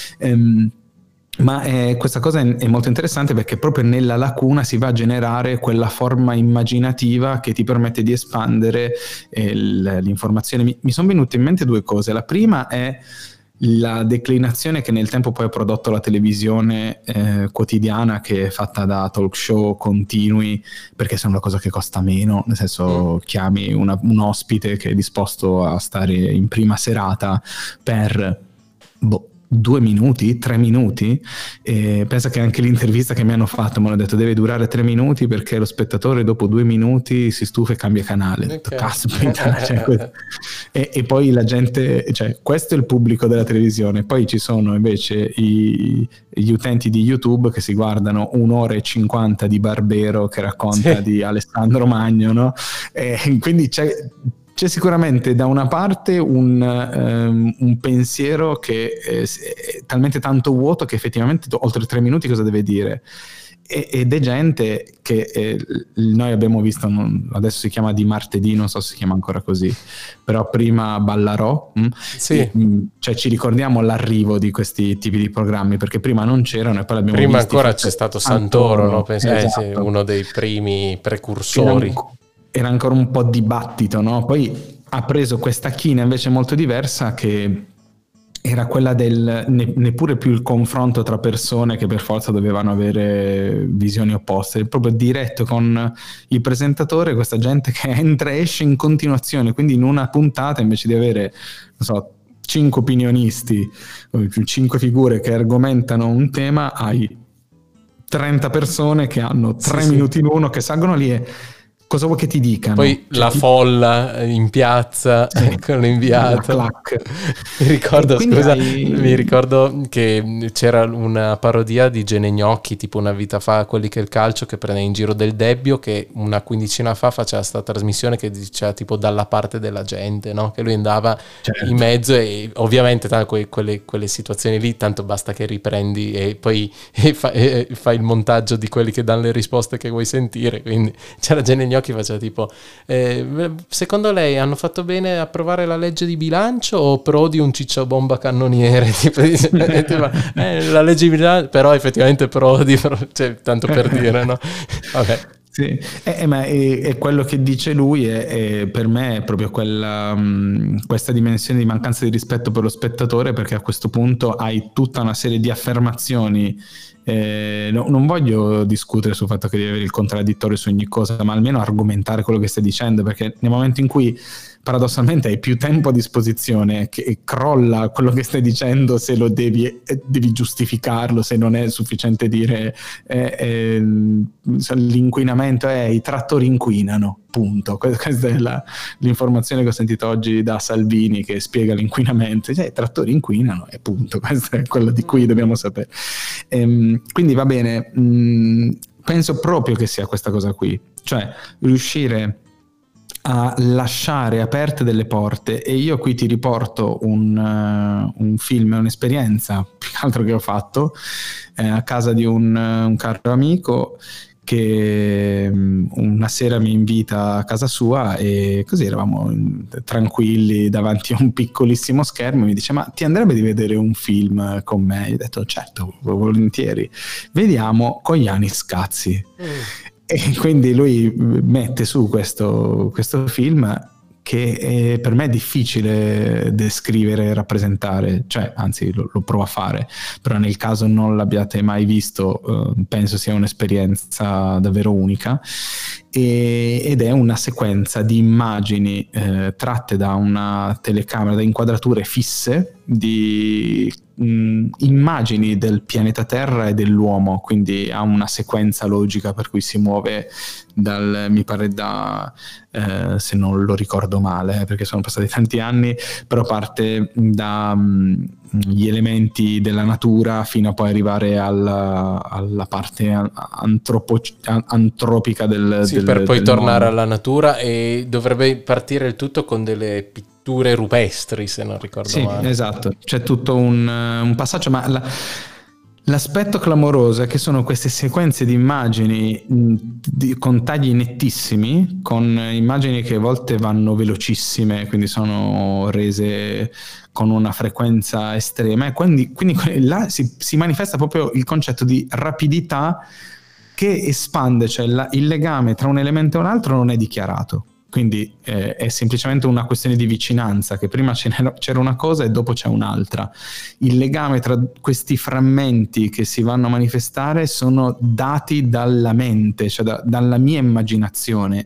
Ma questa cosa è molto interessante perché proprio nella lacuna si va a generare quella forma immaginativa che ti permette di espandere l'informazione. Mi sono venute in mente due cose. La prima è la declinazione che nel tempo poi ha prodotto la televisione quotidiana, che è fatta da talk show continui, perché sono una cosa che costa meno, nel senso chiami un ospite che è disposto a stare in prima serata per 2 minuti, 3 minuti, e pensa che anche l'intervista che mi hanno fatto mi hanno detto deve durare 3 minuti perché lo spettatore dopo 2 minuti si stufa e cambia canale. Okay. Caspita, e poi la gente, cioè questo è il pubblico della televisione, poi ci sono invece gli utenti di YouTube che si guardano 1 ora e 50 di Barbero che racconta di Alessandro Magno, no? E quindi c'è sicuramente da una parte un pensiero che è talmente tanto vuoto che effettivamente oltre 3 minuti cosa deve dire, ed è gente che noi abbiamo visto, adesso si chiama Di Martedì, non so se si chiama ancora così, però prima Ballarò, cioè ci ricordiamo l'arrivo di questi tipi di programmi, perché prima non c'erano e poi l'abbiamo prima visti. Ancora c'è stato Santoro, no? Esatto. Uno dei primi precursori. Era ancora un po' dibattito, no? Poi ha preso questa china invece molto diversa, che era quella del neppure più il confronto tra persone che per forza dovevano avere visioni opposte, proprio diretto con il presentatore, questa gente che entra e esce in continuazione, quindi in una puntata invece di avere, non so, 5 opinionisti, 5 figure che argomentano un tema, hai 30 persone che hanno 3 minuti in uno, che salgono lì e cosa vuoi che ti dicano? Poi la folla in piazza con l'inviato. Mi ricordo che c'era una parodia di Gene Gnocchi tipo una vita fa, quelli che il calcio, che prende in giro del Debbio, che una quindicina fa faceva sta trasmissione che diceva tipo dalla parte della gente, no? Che lui andava in mezzo e ovviamente quelle situazioni lì tanto basta che riprendi e poi fai il montaggio di quelli che danno le risposte che vuoi sentire. Quindi c'era Gene Gnocchi, faceva tipo secondo lei hanno fatto bene a approvare la legge di bilancio o Prodi un cicciabomba cannoniere? Tipo, la legge di bilancio, però effettivamente Prodi, cioè, tanto per dire, no? Vabbè. Sì, ma è quello che dice lui è per me è proprio questa dimensione di mancanza di rispetto per lo spettatore, perché a questo punto hai tutta una serie di affermazioni. Non voglio discutere sul fatto che devi avere il contraddittorio su ogni cosa, ma almeno argomentare quello che stai dicendo, perché nel momento in cui paradossalmente hai più tempo a disposizione che crolla quello che stai dicendo, se lo devi giustificarlo, se non è sufficiente dire l'inquinamento i trattori inquinano, punto. Questa è l'informazione che ho sentito oggi da Salvini, che spiega l'inquinamento, i trattori inquinano e punto, questo è quello di cui dobbiamo sapere. Quindi va bene, penso proprio che sia questa cosa qui, cioè riuscire a lasciare aperte delle porte. E io qui ti riporto un film, un'esperienza più che altro che ho fatto a casa di un caro amico, che una sera mi invita a casa sua e così eravamo tranquilli davanti a un piccolissimo schermo e mi dice: ma ti andrebbe di vedere un film con me? Io ho detto certo, volentieri, vediamo Cogliani Scazzi. E quindi lui mette su questo film che per me è difficile descrivere e rappresentare, cioè anzi lo provo a fare, però nel caso non l'abbiate mai visto penso sia un'esperienza davvero unica, ed è una sequenza di immagini tratte da una telecamera, da inquadrature fisse di immagini del pianeta Terra e dell'uomo, quindi ha una sequenza logica per cui si muove mi pare se non lo ricordo male perché sono passati tanti anni, però parte dagli elementi della natura fino a poi arrivare alla parte antropica per poi tornare alla natura, e dovrebbe partire il tutto con delle pitture rupestri, se non ricordo male. Esatto, c'è tutto un passaggio, ma l'aspetto clamoroso è che sono queste sequenze di immagini con tagli nettissimi, con immagini che a volte vanno velocissime, quindi sono rese con una frequenza estrema, e quindi là si manifesta proprio il concetto di rapidità che espande, cioè il legame tra un elemento e un altro non è dichiarato. Quindi è semplicemente una questione di vicinanza, che prima c'era una cosa e dopo c'è un'altra. Il legame tra questi frammenti che si vanno a manifestare sono dati dalla mente, cioè dalla mia immaginazione.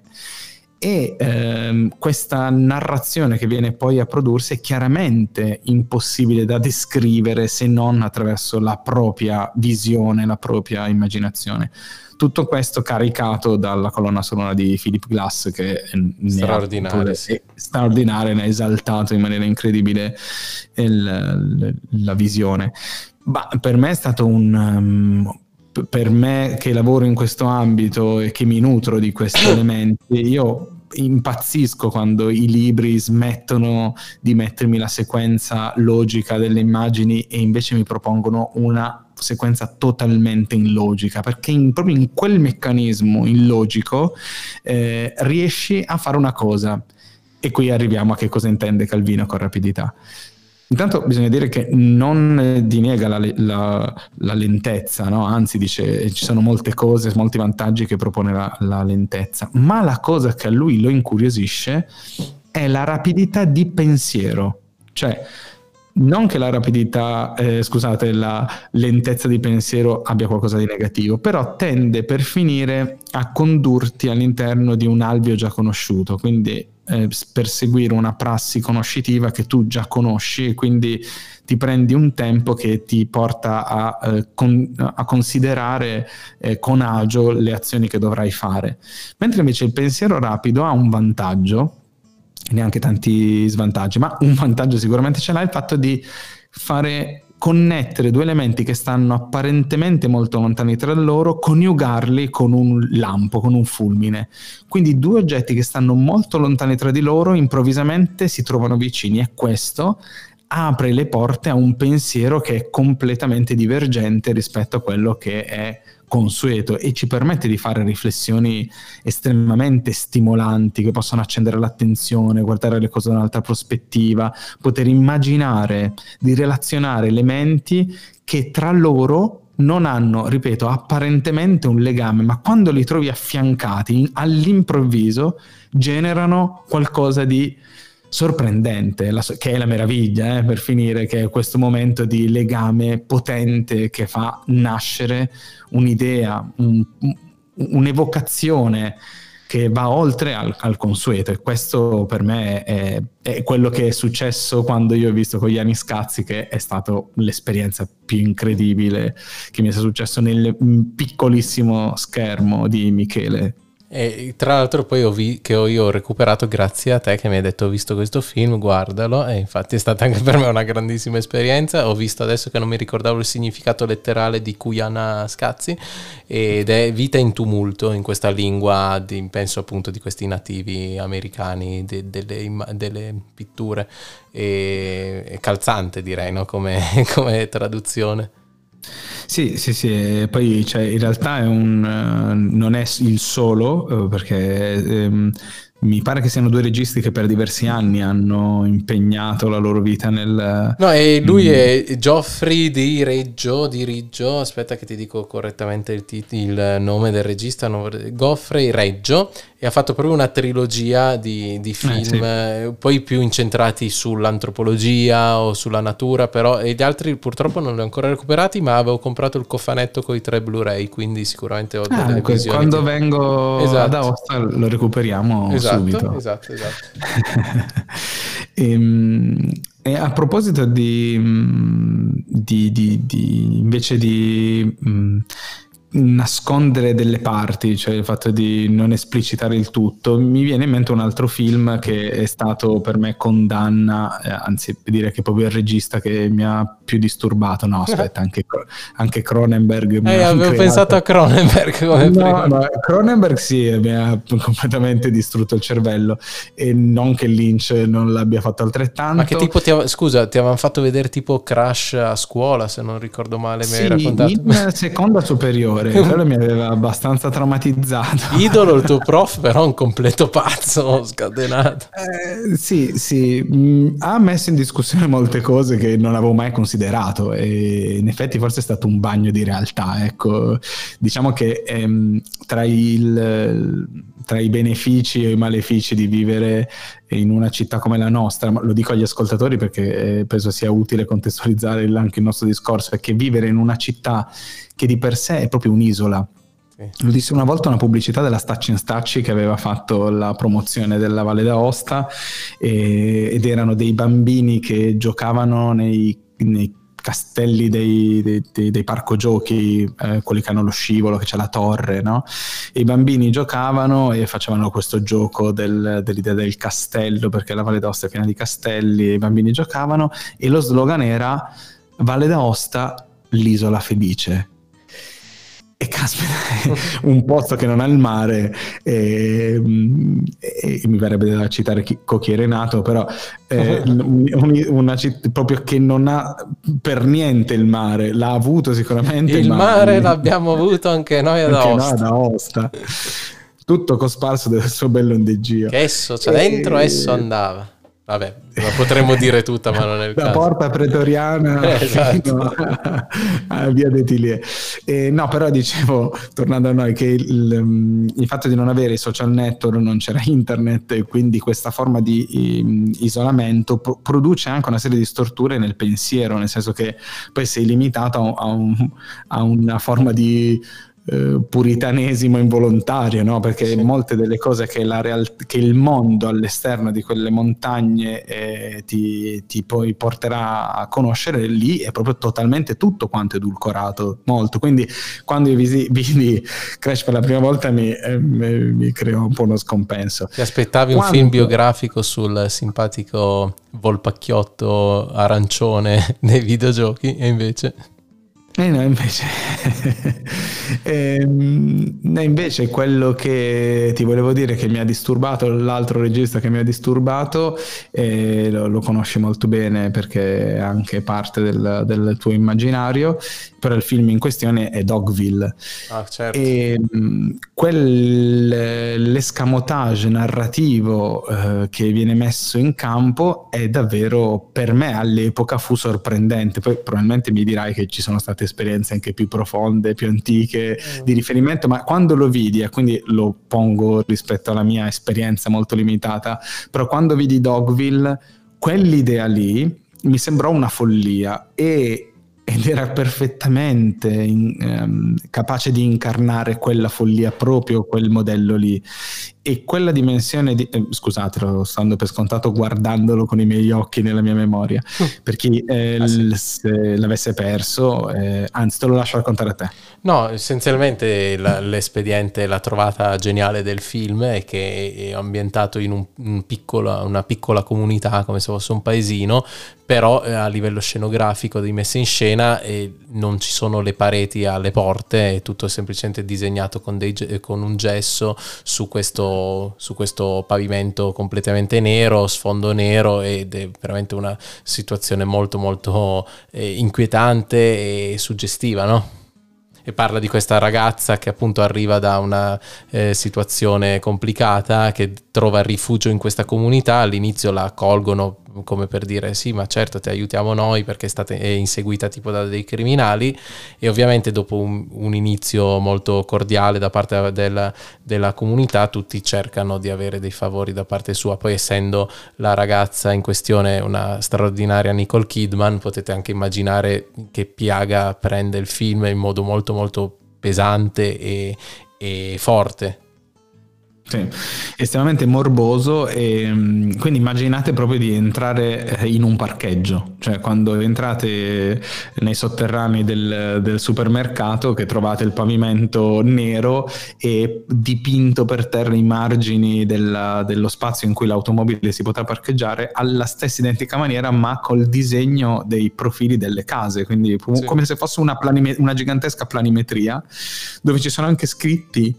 E questa narrazione che viene poi a prodursi è chiaramente impossibile da descrivere se non attraverso la propria visione, la propria immaginazione. Tutto questo caricato dalla colonna sonora di Philip Glass, che straordinaria, ne ha esaltato in maniera incredibile la visione. Ma per me è stato per me che lavoro in questo ambito e che mi nutro di questi elementi, io impazzisco quando i libri smettono di mettermi la sequenza logica delle immagini e invece mi propongono una sequenza totalmente illogica, perché proprio in quel meccanismo illogico riesci a fare una cosa. E qui arriviamo a che cosa intende Calvino con rapidità. Intanto bisogna dire che non diniega la lentezza, no? Anzi dice ci sono molte cose, molti vantaggi che propone la lentezza, ma la cosa che a lui lo incuriosisce è la rapidità di pensiero. Cioè Non che la rapidità, scusate, la lentezza di pensiero abbia qualcosa di negativo, però tende per finire a condurti all'interno di un alveo già conosciuto, quindi per seguire una prassi conoscitiva che tu già conosci, e quindi ti prendi un tempo che ti porta a considerare con agio le azioni che dovrai fare. Mentre invece il pensiero rapido ha un vantaggio, neanche tanti svantaggi, ma un vantaggio sicuramente ce l'ha, il fatto di fare connettere due elementi che stanno apparentemente molto lontani tra loro, coniugarli con un lampo, con un fulmine. Quindi due oggetti che stanno molto lontani tra di loro improvvisamente si trovano vicini, e questo apre le porte a un pensiero che è completamente divergente rispetto a quello che è consueto, e ci permette di fare riflessioni estremamente stimolanti che possono accendere l'attenzione, guardare le cose da un'altra prospettiva, poter immaginare di relazionare elementi che tra loro non hanno, ripeto, apparentemente un legame, ma quando li trovi affiancati all'improvviso generano qualcosa di sorprendente, che è la meraviglia, per finire, che è questo momento di legame potente che fa nascere un'idea, un'evocazione che va oltre al consueto, e questo per me è quello che è successo quando io ho visto con Gianni Scazzi, che è stata l'esperienza più incredibile che mi sia successo nel piccolissimo schermo di Michele. E tra l'altro poi io ho recuperato grazie a te, che mi hai detto: ho visto questo film, guardalo, e infatti è stata anche per me una grandissima esperienza. Ho visto adesso che non mi ricordavo il significato letterale di Cuiana Scazzi, ed è vita in tumulto in questa lingua penso appunto di questi nativi americani, delle pitture, e calzante, direi, no? come traduzione. Sì, poi in realtà non è il solo, perché mi pare che siano due registi che per diversi anni hanno impegnato la loro vita nel... No, e lui è Geoffrey di Riggio, aspetta che ti dico correttamente il nome del regista, Geoffrey Reggio, e ha fatto proprio una trilogia di film, sì, poi più incentrati sull'antropologia o sulla natura, però, e gli altri purtroppo non li ho ancora recuperati, ma avevo comprato il cofanetto con i 3 Blu-ray, quindi sicuramente ho delle visioni. Quando vengo ad Aosta lo recuperiamo subito. Esatto. E a proposito invece di nascondere delle parti, cioè il fatto di non esplicitare il tutto, mi viene in mente un altro film che è stato per me condanna, anzi direi che proprio il regista che mi ha più disturbato. No, aspetta, anche Cronenberg avevo pensato a Cronenberg come prima. No, Cronenberg sì, mi ha completamente distrutto il cervello, e non che Lynch non l'abbia fatto altrettanto. Ma che tipo ti avevano fatto vedere tipo Crash a scuola, se non ricordo male, mi hai raccontato? In seconda superiore, quello mi aveva abbastanza traumatizzato. Idolo, il tuo prof, però un completo pazzo, scatenato. Sì, ha messo in discussione molte cose che non avevo mai considerato, e in effetti forse è stato un bagno di realtà, ecco. Diciamo che tra i benefici e i malefici di vivere in una città come la nostra, ma lo dico agli ascoltatori perché penso sia utile contestualizzare anche il nostro discorso, perché vivere in una città che di per sé è proprio un'isola. Lo disse una volta una pubblicità della Stacci Stacci che aveva fatto la promozione della Valle d'Aosta, ed erano dei bambini che giocavano nei castelli dei parco giochi, quelli che hanno lo scivolo, che c'è la torre, no? E i bambini giocavano e facevano questo gioco dell'idea del castello, perché la Valle d'Aosta è piena di castelli, e i bambini giocavano, e lo slogan era Valle d'Aosta, l'isola felice. E caspita, un posto che non ha il mare, e mi verrebbe da citare Cocchi e Renato, però una città proprio che non ha per niente il mare, l'ha avuto sicuramente il mare l'abbiamo avuto anche noi ad Aosta. Tutto cosparso del suo bello ondeggio. Che esso, dentro esso andava. Vabbè, la potremmo dire tutta, ma non è il da caso. Porta Pretoriana Esatto. fino a Via dei Tilier. No, però dicevo, tornando a noi, che il fatto di non avere i social network, non c'era internet, e quindi questa forma di isolamento produce anche una serie di storture nel pensiero, nel senso che poi sei limitato a una forma di puritanesimo involontario, no? Perché Sì. molte delle cose che il mondo all'esterno di quelle montagne ti poi porterà a conoscere, lì è proprio totalmente tutto quanto edulcorato, molto. Quindi quando io vidi Crash per la prima volta mi creò un po' uno scompenso. Ti aspettavi un film biografico sul simpatico volpacchiotto arancione dei videogiochi, e invece... No, invece quello che ti volevo dire che mi ha disturbato, l'altro regista che mi ha disturbato, lo conosci molto bene perché è anche parte del tuo immaginario, però il film in questione è Dogville. Ah, certo. E l'escamotage narrativo che viene messo in campo è davvero, per me all'epoca fu sorprendente. Poi probabilmente mi dirai che ci sono state esperienze anche più profonde, più antiche di riferimento, ma quando lo vidi, e quindi lo pongo rispetto alla mia esperienza molto limitata, però quando vidi Dogville, quell'idea lì mi sembrò una follia ed era perfettamente capace di incarnare quella follia, proprio quel modello lì. E quella dimensione scusate, lo sto dando per scontato guardandolo con i miei occhi nella mia memoria, per chi se l'avesse perso, anzi te lo lascio raccontare a te. No, essenzialmente l'espediente, la trovata geniale del film è che è ambientato in una piccola comunità, come se fosse un paesino, però a livello scenografico di messa in scena non ci sono le pareti alle porte, è tutto semplicemente disegnato con un gesso su questo pavimento completamente nero, sfondo nero, ed è veramente una situazione molto molto inquietante e suggestiva, no? E parla di questa ragazza che appunto arriva da una situazione complicata, che trova rifugio in questa comunità. All'inizio la accolgono come per dire sì, ma certo, ti aiutiamo noi perché è inseguita tipo da dei criminali, e ovviamente dopo un inizio molto cordiale da parte della comunità, tutti cercano di avere dei favori da parte sua. Poi, essendo la ragazza in questione una straordinaria Nicole Kidman, potete anche immaginare che piaga prende il film in modo molto molto pesante e forte. Sì, estremamente morboso, e quindi immaginate proprio di entrare in un parcheggio, cioè quando entrate nei sotterranei del supermercato, che trovate il pavimento nero e dipinto per terra i margini dello spazio in cui l'automobile si potrà parcheggiare alla stessa identica maniera, ma col disegno dei profili delle case, quindi sì, come se fosse una gigantesca planimetria dove ci sono anche scritti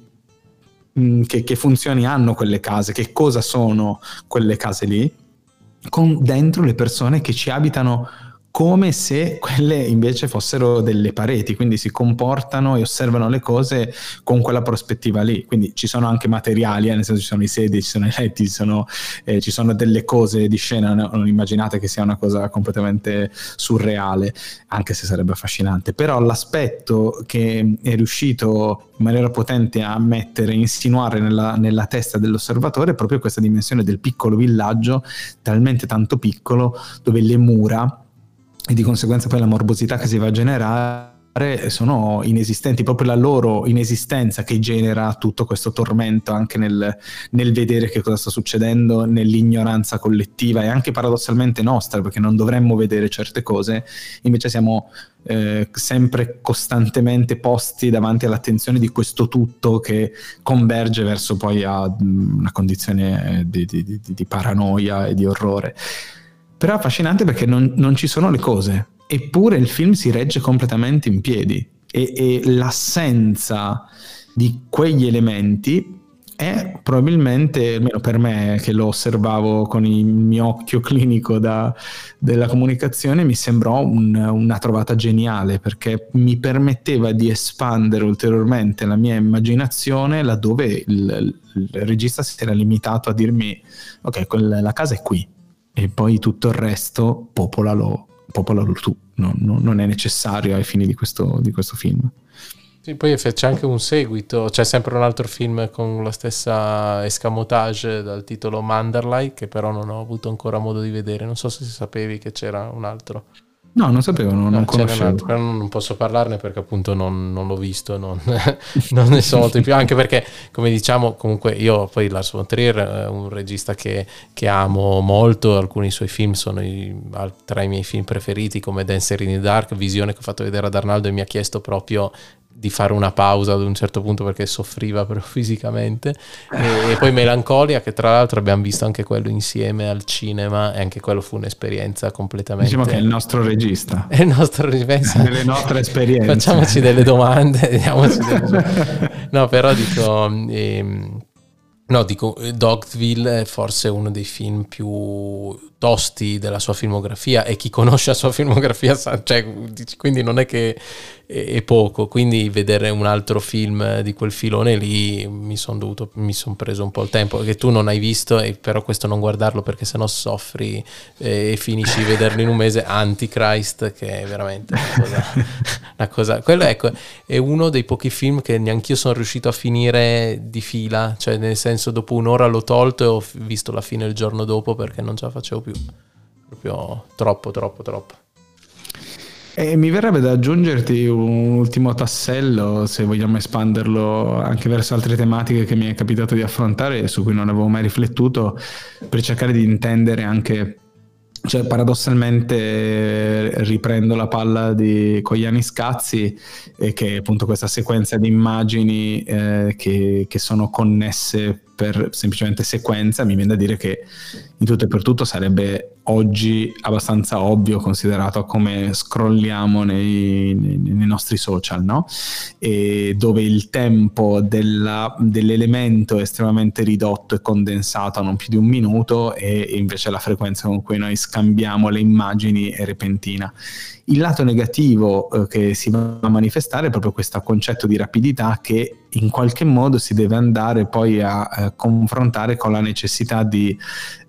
che funzioni hanno quelle case, che cosa sono quelle case lì, con dentro le persone che ci abitano come se quelle invece fossero delle pareti, quindi si comportano e osservano le cose con quella prospettiva lì. Quindi ci sono anche materiali, nel senso ci sono i sedili, ci sono i letti, ci sono delle cose di scena, non immaginate che sia una cosa completamente surreale, anche se sarebbe affascinante. Però l'aspetto che è riuscito in maniera potente a insinuare nella testa dell'osservatore è proprio questa dimensione del piccolo villaggio, talmente tanto piccolo, dove le mura e di conseguenza poi la morbosità che si va a generare sono inesistenti, proprio la loro inesistenza che genera tutto questo tormento anche nel vedere che cosa sta succedendo, nell'ignoranza collettiva e anche paradossalmente nostra, perché non dovremmo vedere certe cose, invece siamo sempre costantemente posti davanti all'attenzione di questo tutto che converge verso poi a una condizione di paranoia e di orrore. Però è affascinante perché non ci sono le cose, eppure il film si regge completamente in piedi, e l'assenza di quegli elementi è probabilmente, almeno per me che lo osservavo con il mio occhio clinico della comunicazione, mi sembrò una trovata geniale, perché mi permetteva di espandere ulteriormente la mia immaginazione laddove il regista si era limitato a dirmi ok, la casa è qui. e poi tutto il resto popolalo tu, non è necessario ai fini di questo film. Sì, poi c'è anche un seguito, c'è sempre un altro film con la stessa escamotage dal titolo Manderley, che però non ho avuto ancora modo di vedere. Non so se sapevi che c'era un altro. No, non sapevo, non conoscevo. Altro, però non posso parlarne perché appunto non l'ho visto, non ne so molto di più, anche perché, come diciamo, comunque io poi Lars von Trier è un regista che amo molto, alcuni suoi film sono tra i miei film preferiti, come Dancer in the Dark, Visione, che ho fatto vedere ad Arnaldo e mi ha chiesto proprio di fare una pausa ad un certo punto perché soffriva però fisicamente, e poi Melancolia, che tra l'altro abbiamo visto anche quello insieme al cinema, e anche quello fu un'esperienza completamente... Diciamo che è il nostro regista, è il nostro regista, nelle nostre esperienze, facciamoci delle domande, vediamoci no, però dico Dogville è forse uno dei film più tosti della sua filmografia, e chi conosce la sua filmografia sa, cioè, quindi non è che è poco, quindi vedere un altro film di quel filone lì mi son preso un po' il tempo, che tu non hai visto, e però questo non guardarlo perché sennò soffri e finisci di vederlo in un mese. Antichrist, che è veramente una cosa quello, ecco, è uno dei pochi film che neanch'io sono riuscito a finire di fila, cioè nel senso, dopo un'ora l'ho tolto e ho visto la fine il giorno dopo perché non ce la facevo più, proprio troppo. E mi verrebbe da aggiungerti un ultimo tassello, se vogliamo espanderlo anche verso altre tematiche che mi è capitato di affrontare e su cui non avevo mai riflettuto, per cercare di intendere anche, cioè paradossalmente riprendo la palla di Koyani Scazzi, che è appunto questa sequenza di immagini che sono connesse per semplicemente sequenza. Mi viene da dire che in tutto e per tutto sarebbe oggi abbastanza ovvio, considerato come scrolliamo nei nostri social, no? E dove il tempo dell'elemento è estremamente ridotto e condensato a non più di un minuto, e invece la frequenza con cui noi scambiamo le immagini è repentina. Il lato negativo che si va a manifestare è proprio questo concetto di rapidità, che in qualche modo si deve andare poi a confrontare con la necessità di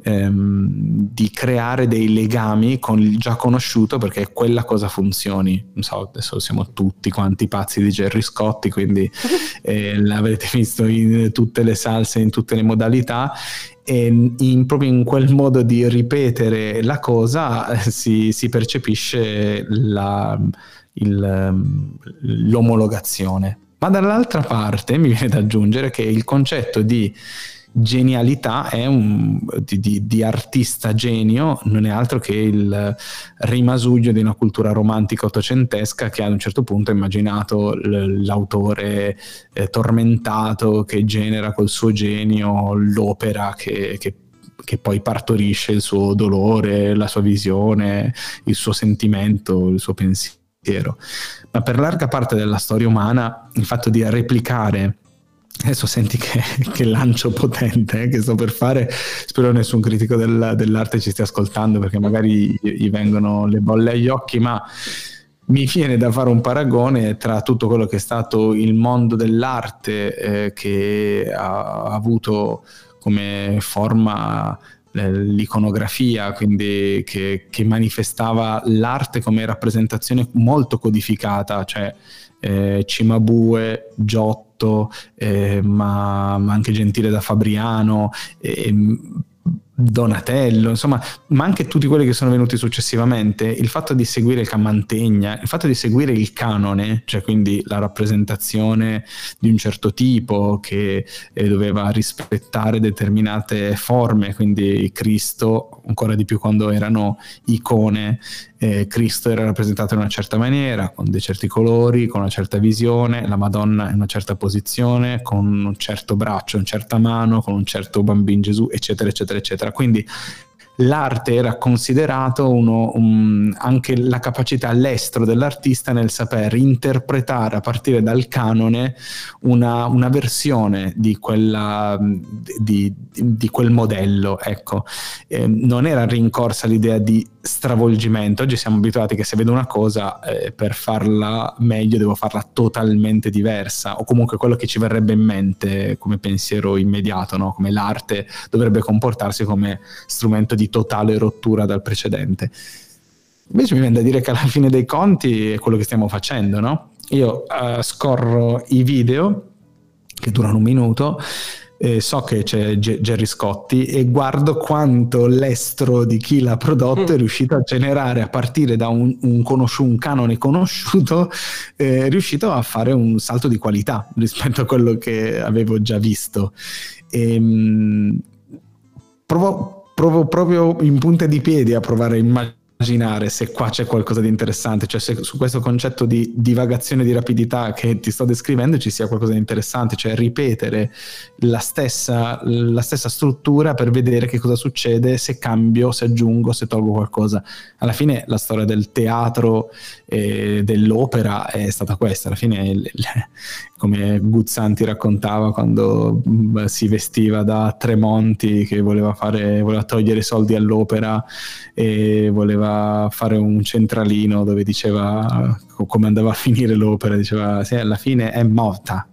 creare dei legami con il già conosciuto, perché quella cosa funzioni. Non so, adesso siamo tutti quanti pazzi di Gerry Scotti, quindi l'avrete visto in tutte le salse, in tutte le modalità, e proprio in quel modo di ripetere la cosa si percepisce l'omologazione. Ma dall'altra parte mi viene da aggiungere che il concetto di genialità è di artista genio non è altro che il rimasuglio di una cultura romantica ottocentesca, che ad un certo punto ha immaginato l'autore tormentato che genera col suo genio l'opera che poi partorisce il suo dolore, la sua visione, il suo sentimento, il suo pensiero. Ma per larga parte della storia umana il fatto di replicare, adesso senti che lancio potente che sto per fare, spero nessun critico dell'arte ci stia ascoltando, perché magari gli vengono le bolle agli occhi, ma mi viene da fare un paragone tra tutto quello che è stato il mondo dell'arte che ha avuto come forma l'iconografia, quindi che manifestava l'arte come rappresentazione molto codificata, cioè Cimabue, Giotto, ma anche Gentile da Fabriano, Donatello, insomma, ma anche tutti quelli che sono venuti successivamente. Il fatto di seguire il Mantegna, il fatto di seguire il canone, cioè quindi la rappresentazione di un certo tipo che doveva rispettare determinate forme, quindi Cristo, ancora di più quando erano icone, Cristo era rappresentato in una certa maniera, con dei certi colori, con una certa visione, la Madonna in una certa posizione, con un certo braccio, una certa mano, con un certo bambino Gesù, eccetera eccetera eccetera. Quindi l'arte era considerato anche la capacità all'estero dell'artista nel saper interpretare a partire dal canone una versione di quel modello, ecco. Non era rincorsa l'idea di stravolgimento. Oggi siamo abituati che se vedo una cosa per farla meglio devo farla totalmente diversa, o comunque quello che ci verrebbe in mente come pensiero immediato, no? Come l'arte dovrebbe comportarsi come strumento di di totale rottura dal precedente. Invece mi viene da dire che alla fine dei conti è quello che stiamo facendo, no? Io scorro i video che durano 1 minuto, so che c'è Gerry Scotti e guardo quanto l'estro di chi l'ha prodotto è riuscito a generare, a partire da un canone conosciuto, è riuscito a fare un salto di qualità rispetto a quello che avevo già visto. Provo proprio in punta di piedi a provare a immaginare se qua c'è qualcosa di interessante, cioè se su questo concetto di divagazione di rapidità che ti sto descrivendo ci sia qualcosa di interessante, cioè ripetere la stessa struttura per vedere che cosa succede se cambio, se aggiungo, se tolgo qualcosa. Alla fine la storia del teatro e dell'opera è stata questa, alla fine come Guzzanti raccontava quando si vestiva da Tremonti che voleva togliere i soldi all'opera e voleva fare un centralino dove diceva come andava a finire l'opera, diceva sì, alla fine è morta.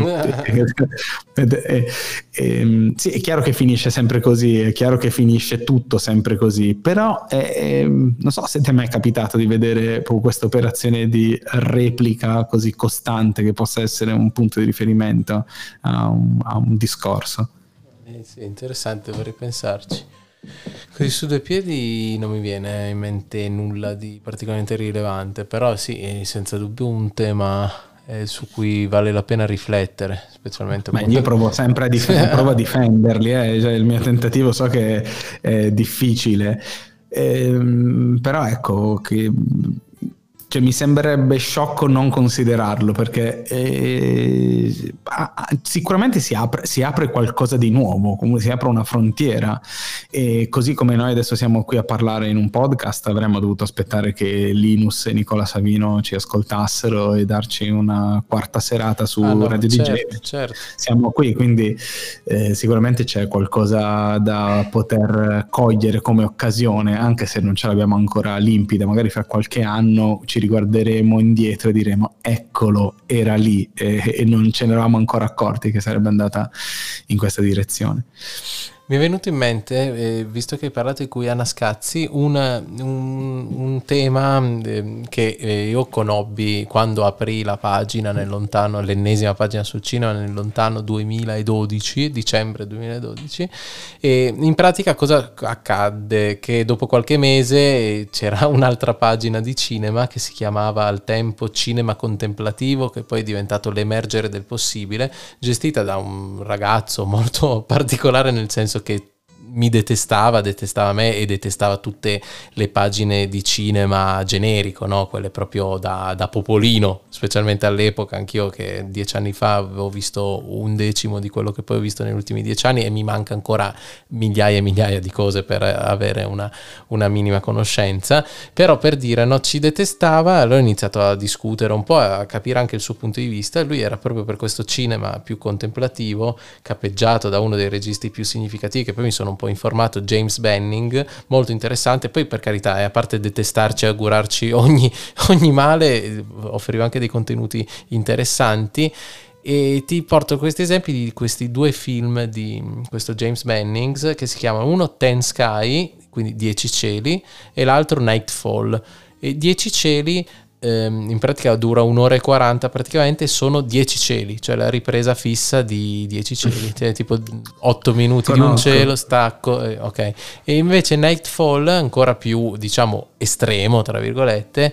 Sì, è chiaro che finisce sempre così, è chiaro che finisce tutto sempre così, però non so se ti è mai capitato di vedere questa operazione di replica così costante che possa essere un punto di riferimento a un discorso. Sì, interessante, vorrei pensarci. Così su due piedi non mi viene in mente nulla di particolarmente rilevante, però sì, è senza dubbio un tema su cui vale la pena riflettere, specialmente. Ma io provo sempre provo a difenderli, cioè, il mio tentativo so che è difficile, però ecco che cioè, mi sembrerebbe sciocco non considerarlo, perché sicuramente si apre qualcosa di nuovo, come si apre una frontiera, e così come noi adesso siamo qui a parlare in un podcast, avremmo dovuto aspettare che Linus e Nicola Savino ci ascoltassero e darci una quarta serata su Radio DJ. Certo. Siamo qui, quindi sicuramente c'è qualcosa da poter cogliere come occasione, anche se non ce l'abbiamo ancora limpida. Magari fra qualche anno ci riguarderemo indietro e diremo eccolo, era lì, e non ce ne eravamo ancora accorti che sarebbe andata in questa direzione. Mi è venuto in mente, visto che hai parlato di Cuiana Scazzi, un tema che io conobbi quando aprì la pagina nel lontano, l'ennesima pagina sul cinema nel lontano 2012, dicembre 2012, e in pratica cosa accadde? Che dopo qualche mese c'era un'altra pagina di cinema che si chiamava al tempo Cinema Contemplativo, che poi è diventato l'Emergere del Possibile, gestita da un ragazzo molto particolare, nel senso che mi detestava me e detestava tutte le pagine di cinema generico, no? Quelle proprio da popolino, specialmente all'epoca. Anch'io che 10 anni fa avevo visto 1/10 di quello che poi ho visto negli ultimi 10 anni, e mi manca ancora migliaia e migliaia di cose per avere una minima conoscenza. Però, per dire, no, ci detestava. Allora ho iniziato a discutere un po', a capire anche il suo punto di vista, e lui era proprio per questo cinema più contemplativo, capeggiato da uno dei registi più significativi, che poi mi sono un po' informato, James Benning, molto interessante. Poi, per carità, a parte detestarci e augurarci ogni male, offriva anche dei contenuti interessanti. E ti porto questi esempi di questi 2 film di questo James Benning, che si chiamano uno Ten Sky, quindi 10 cieli, e l'altro Nightfall. E 10 cieli in pratica dura 1 ora e 40, praticamente sono 10 cieli, cioè la ripresa fissa di 10 cieli, cioè tipo 8 minuti di un cielo, stacco, ok. E invece Nightfall, ancora più, diciamo, estremo, tra virgolette,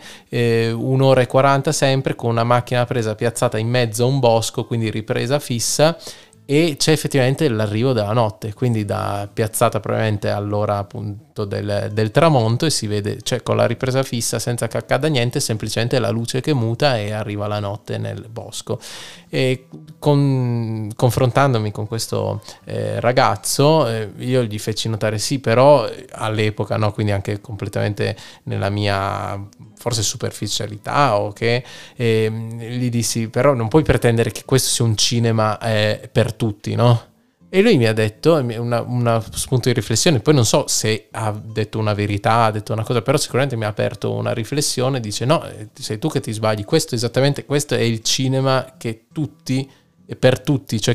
1 ora e 40 sempre, con una macchina presa piazzata in mezzo a un bosco, quindi ripresa fissa, e c'è effettivamente l'arrivo della notte, quindi da piazzata probabilmente all'ora appunto del tramonto, e si vede, cioè con la ripresa fissa, senza che accada niente, semplicemente la luce che muta e arriva la notte nel bosco. E confrontandomi con questo ragazzo, io gli feci notare sì, però all'epoca, no, quindi anche completamente nella mia forse superficialità, o che gli dissi, però non puoi pretendere che questo sia un cinema per tutti, no? E lui mi ha detto, un spunto di riflessione, poi non so se ha detto una verità, ha detto una cosa, però sicuramente mi ha aperto una riflessione. Dice no, sei tu che ti sbagli, questo è il cinema che tutti, e per tutti, cioè che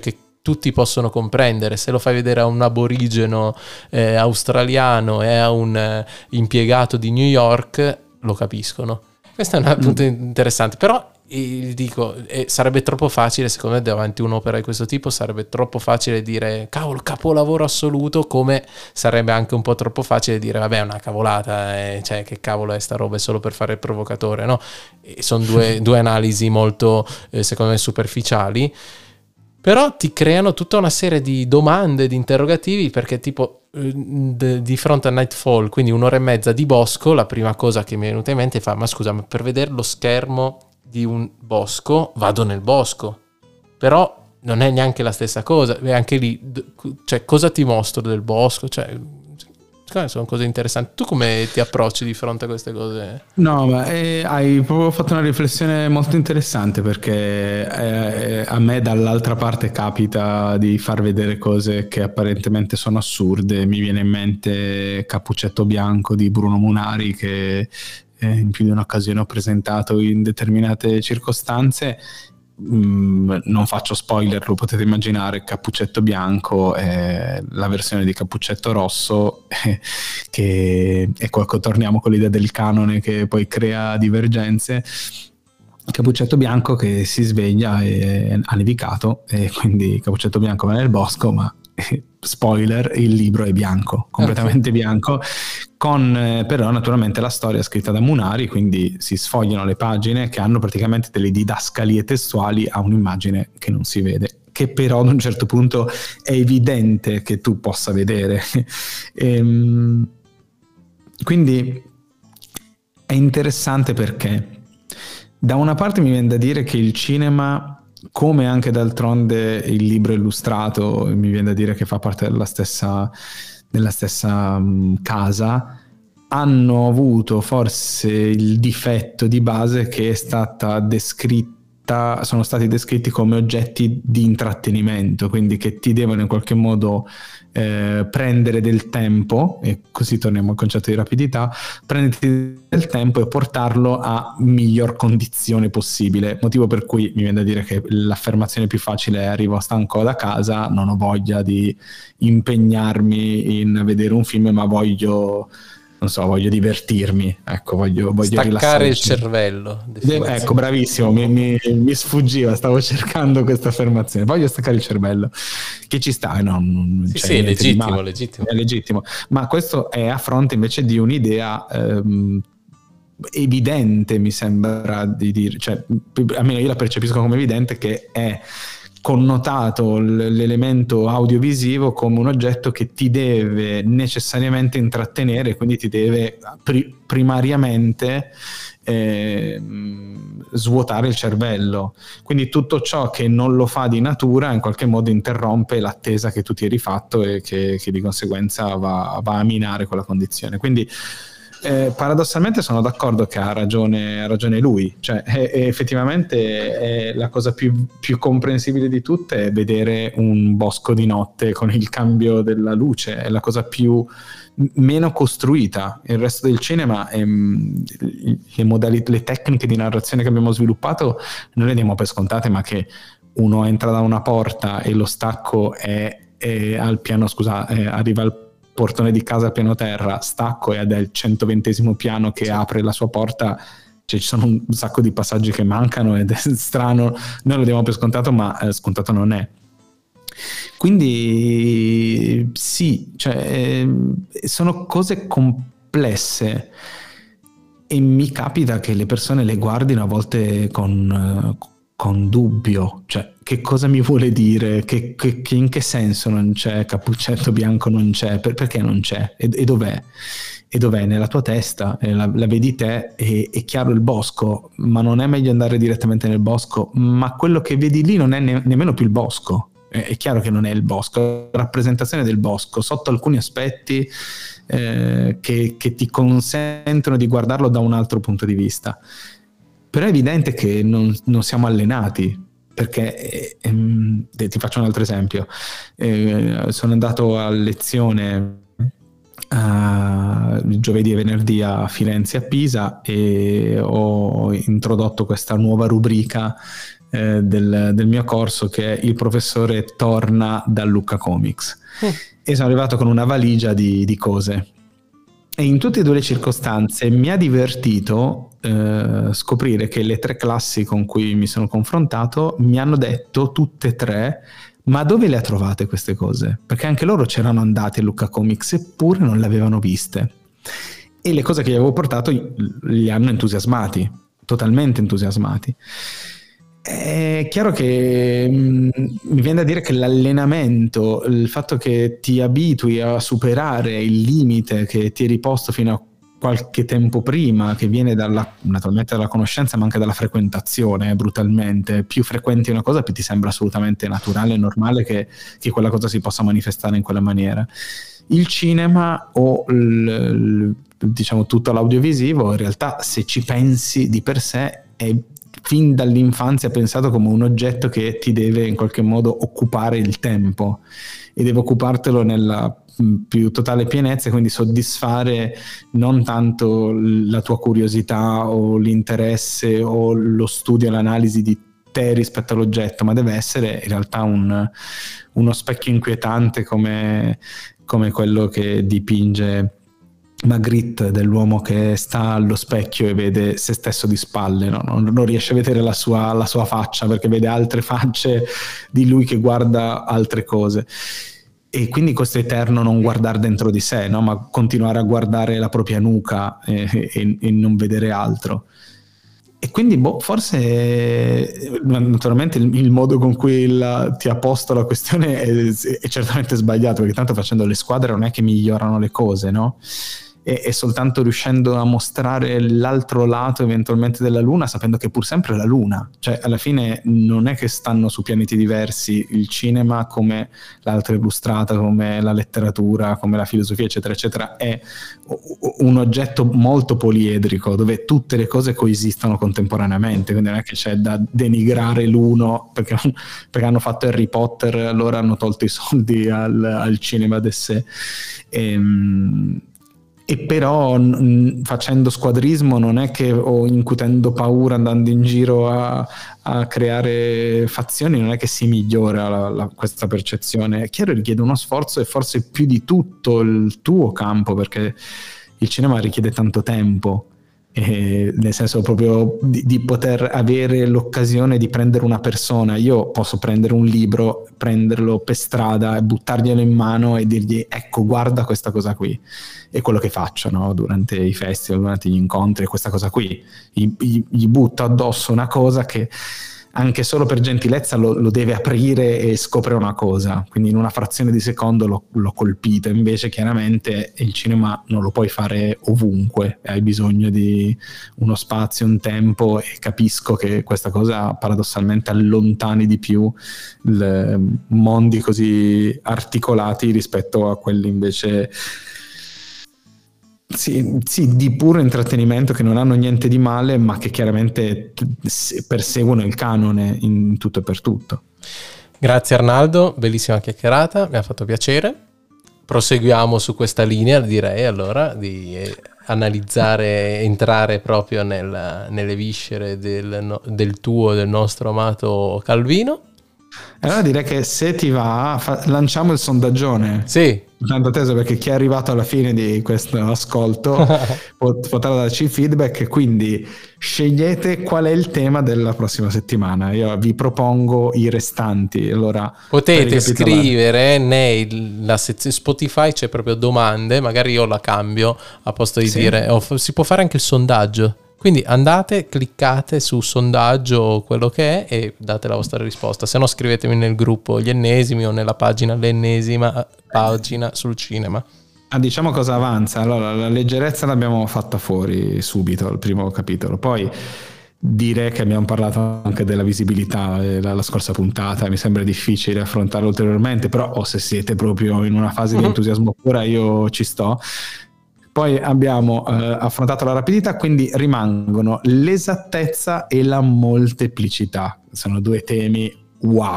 tutti possono comprendere. Se lo fai vedere a un aborigeno australiano e a un impiegato di New York, lo capiscono. Questo è un punto interessante, però dico, sarebbe troppo facile, secondo me, davanti a un'opera di questo tipo sarebbe troppo facile dire cavolo, capolavoro assoluto, come sarebbe anche un po' troppo facile dire vabbè, è una cavolata, cioè che cavolo è sta roba, è solo per fare il provocatore, no? Sono due analisi molto secondo me superficiali, però ti creano tutta una serie di domande, di interrogativi, perché tipo di fronte a Nightfall, quindi 1 ora e mezza di bosco, la prima cosa che mi è venuta in mente è ma scusa, ma per vedere lo schermo di un bosco vado nel bosco, però non è neanche la stessa cosa, e anche lì, cioè, cosa ti mostro del bosco? Cioè, sono cose interessanti. Tu come ti approcci di fronte a queste cose? No, ma hai proprio fatto una riflessione molto interessante, perché a me dall'altra parte capita di far vedere cose che apparentemente sono assurde. Mi viene in mente Cappuccetto Bianco di Bruno Munari, che in più di un'occasione ho presentato in determinate circostanze. Non faccio spoiler, lo potete immaginare. Cappuccetto Bianco è la versione di Cappuccetto Rosso, che è torniamo con l'idea del canone che poi crea divergenze. Cappuccetto Bianco che si sveglia e ha nevicato, e quindi Cappuccetto Bianco va nel bosco, ma spoiler, il libro è bianco, completamente bianco, con però naturalmente la storia scritta da Munari, quindi si sfogliano le pagine che hanno praticamente delle didascalie testuali a un'immagine che non si vede, che però ad un certo punto è evidente che tu possa vedere. Quindi è interessante, perché da una parte mi viene da dire che il cinema, come anche d'altronde il libro illustrato, mi viene da dire che fa parte della stessa casa, hanno avuto forse il difetto di base che è stata descritta, sono stati descritti come oggetti di intrattenimento, quindi che ti devono in qualche modo prendere del tempo, e così torniamo al concetto di rapidità, prenderti del tempo e portarlo a miglior condizione possibile, motivo per cui mi viene da dire che l'affermazione più facile è: arrivo stanco da casa, non ho voglia di impegnarmi in vedere un film, ma voglio divertirmi, ecco, voglio staccare il cervello. Ecco, bravissimo, mi sfuggiva, stavo cercando questa affermazione, voglio staccare il cervello, che ci sta, sì, è legittimo, ma questo è a fronte invece di un'idea evidente, mi sembra di dire, cioè almeno io la percepisco come evidente, che è connotato l'elemento audiovisivo come un oggetto che ti deve necessariamente intrattenere, quindi ti deve primariamente svuotare il cervello. Quindi tutto ciò che non lo fa di natura in qualche modo interrompe l'attesa che tu ti eri fatto, e che di conseguenza va a minare quella condizione. Quindi paradossalmente sono d'accordo che ha ragione lui, cioè effettivamente la cosa più comprensibile di tutte è vedere un bosco di notte con il cambio della luce, è la cosa meno costruita. Il resto del cinema, le tecniche di narrazione che abbiamo sviluppato noi le diamo per scontate, ma che uno entra da una porta e lo stacco è al piano, arriva al portone di casa a piano terra, stacco ed è il 120° piano che apre la sua porta, cioè ci sono un sacco di passaggi che mancano ed è strano, noi lo diamo per scontato, ma scontato non è. Quindi sì, cioè sono cose complesse, e mi capita che le persone le guardino a volte con dubbio, cioè che cosa mi vuole dire, che in che senso non c'è Cappuccetto Bianco, non c'è, perché non c'è, e dov'è nella tua testa, la vedi te, è chiaro il bosco, ma non è meglio andare direttamente nel bosco, ma quello che vedi lì non è nemmeno più il bosco, è chiaro che non è il bosco, è la rappresentazione del bosco sotto alcuni aspetti che ti consentono di guardarlo da un altro punto di vista. Però è evidente che non siamo allenati, perché ti faccio un altro esempio. Sono andato a lezione giovedì e venerdì a Firenze e a Pisa, e ho introdotto questa nuova rubrica del mio corso, che il professore torna da Lucca Comics, e sono arrivato con una valigia di cose, e in tutte e due le circostanze mi ha divertito scoprire che le 3 classi con cui mi sono confrontato mi hanno detto tutte e 3: ma dove le ha trovate queste cose? Perché anche loro c'erano andati a Lucca Comics eppure non le avevano viste, e le cose che gli avevo portato li hanno entusiasmati, totalmente entusiasmati. È chiaro che mi viene da dire che l'allenamento, il fatto che ti abitui a superare il limite che ti eri posto fino a qualche tempo prima, che viene naturalmente dalla conoscenza, ma anche dalla frequentazione, brutalmente. Più frequenti una cosa, più ti sembra assolutamente naturale e normale che quella cosa si possa manifestare in quella maniera. Il cinema o diciamo tutto l'audiovisivo, in realtà, se ci pensi, di per sé è fin dall'infanzia pensato come un oggetto che ti deve in qualche modo occupare il tempo, e deve occupartelo nella più totale pienezza, quindi soddisfare non tanto la tua curiosità o l'interesse o lo studio e l'analisi di te rispetto all'oggetto, ma deve essere in realtà uno specchio inquietante come quello che dipinge Magritte, dell'uomo che sta allo specchio e vede se stesso di spalle, no? Non riesce a vedere la sua faccia, perché vede altre facce di lui che guarda altre cose, e quindi questo eterno non guardare dentro di sé, no? Ma continuare a guardare la propria nuca e non vedere altro. E quindi forse naturalmente il modo con cui ti ha posto la questione è certamente sbagliato, perché tanto facendo le squadre non è che migliorano le cose, no? E soltanto riuscendo a mostrare l'altro lato eventualmente della Luna, sapendo che è pur sempre la Luna, cioè alla fine non è che stanno su pianeti diversi. Il cinema, come l'altra illustrata, come la letteratura, come la filosofia, eccetera eccetera, è un oggetto molto poliedrico, dove tutte le cose coesistono contemporaneamente, quindi non è che c'è da denigrare l'uno perché hanno fatto Harry Potter, allora hanno tolto i soldi al cinema d'essè. E però facendo squadrismo non è che, o incutendo paura andando in giro a creare fazioni, non è che si migliora questa percezione. È chiaro, richiede uno sforzo, e forse più di tutto il tuo campo, perché il cinema richiede tanto tempo, nel senso proprio di poter avere l'occasione di prendere una persona. Io posso prendere un libro, prenderlo per strada e buttarglielo in mano e dirgli: ecco, guarda questa cosa qui. È quello che faccio, no? Durante i festival, durante gli incontri, questa cosa qui gli butto addosso una cosa che anche solo per gentilezza lo deve aprire e scopre una cosa, quindi in una frazione di secondo l'ho colpito. Invece chiaramente il cinema non lo puoi fare ovunque, hai bisogno di uno spazio, un tempo, e capisco che questa cosa paradossalmente allontani di più mondi così articolati rispetto a quelli invece sì, di puro intrattenimento, che non hanno niente di male, ma che chiaramente perseguono il canone in tutto e per tutto. Grazie Arnaldo, bellissima chiacchierata, mi ha fatto piacere. Proseguiamo su questa linea, direi, allora, di analizzare, entrare proprio nelle viscere del nostro amato Calvino. Allora direi che, se ti va, lanciamo il sondaggione. Sì. Tanto atteso, perché chi è arrivato alla fine di questo ascolto potrà darci il feedback, quindi scegliete qual è il tema della prossima settimana. Io vi propongo i restanti. Allora, potete scrivere nella sezione Spotify, c'è proprio domande, magari io la cambio, a posto di dire, si può fare anche il sondaggio. Quindi andate, cliccate su sondaggio o quello che è e date la vostra risposta. Se no, scrivetemi nel gruppo Gli Ennesimi o nella pagina L'Ennesima pagina sul cinema. Diciamo cosa avanza. Allora, la leggerezza l'abbiamo fatta fuori subito al primo capitolo. Poi direi che abbiamo parlato anche della visibilità la scorsa puntata. Mi sembra difficile affrontarlo ulteriormente, però se siete proprio in una fase di entusiasmo pura, io ci sto. Poi abbiamo affrontato la rapidità, quindi rimangono l'esattezza e la molteplicità. Sono 2 temi wow,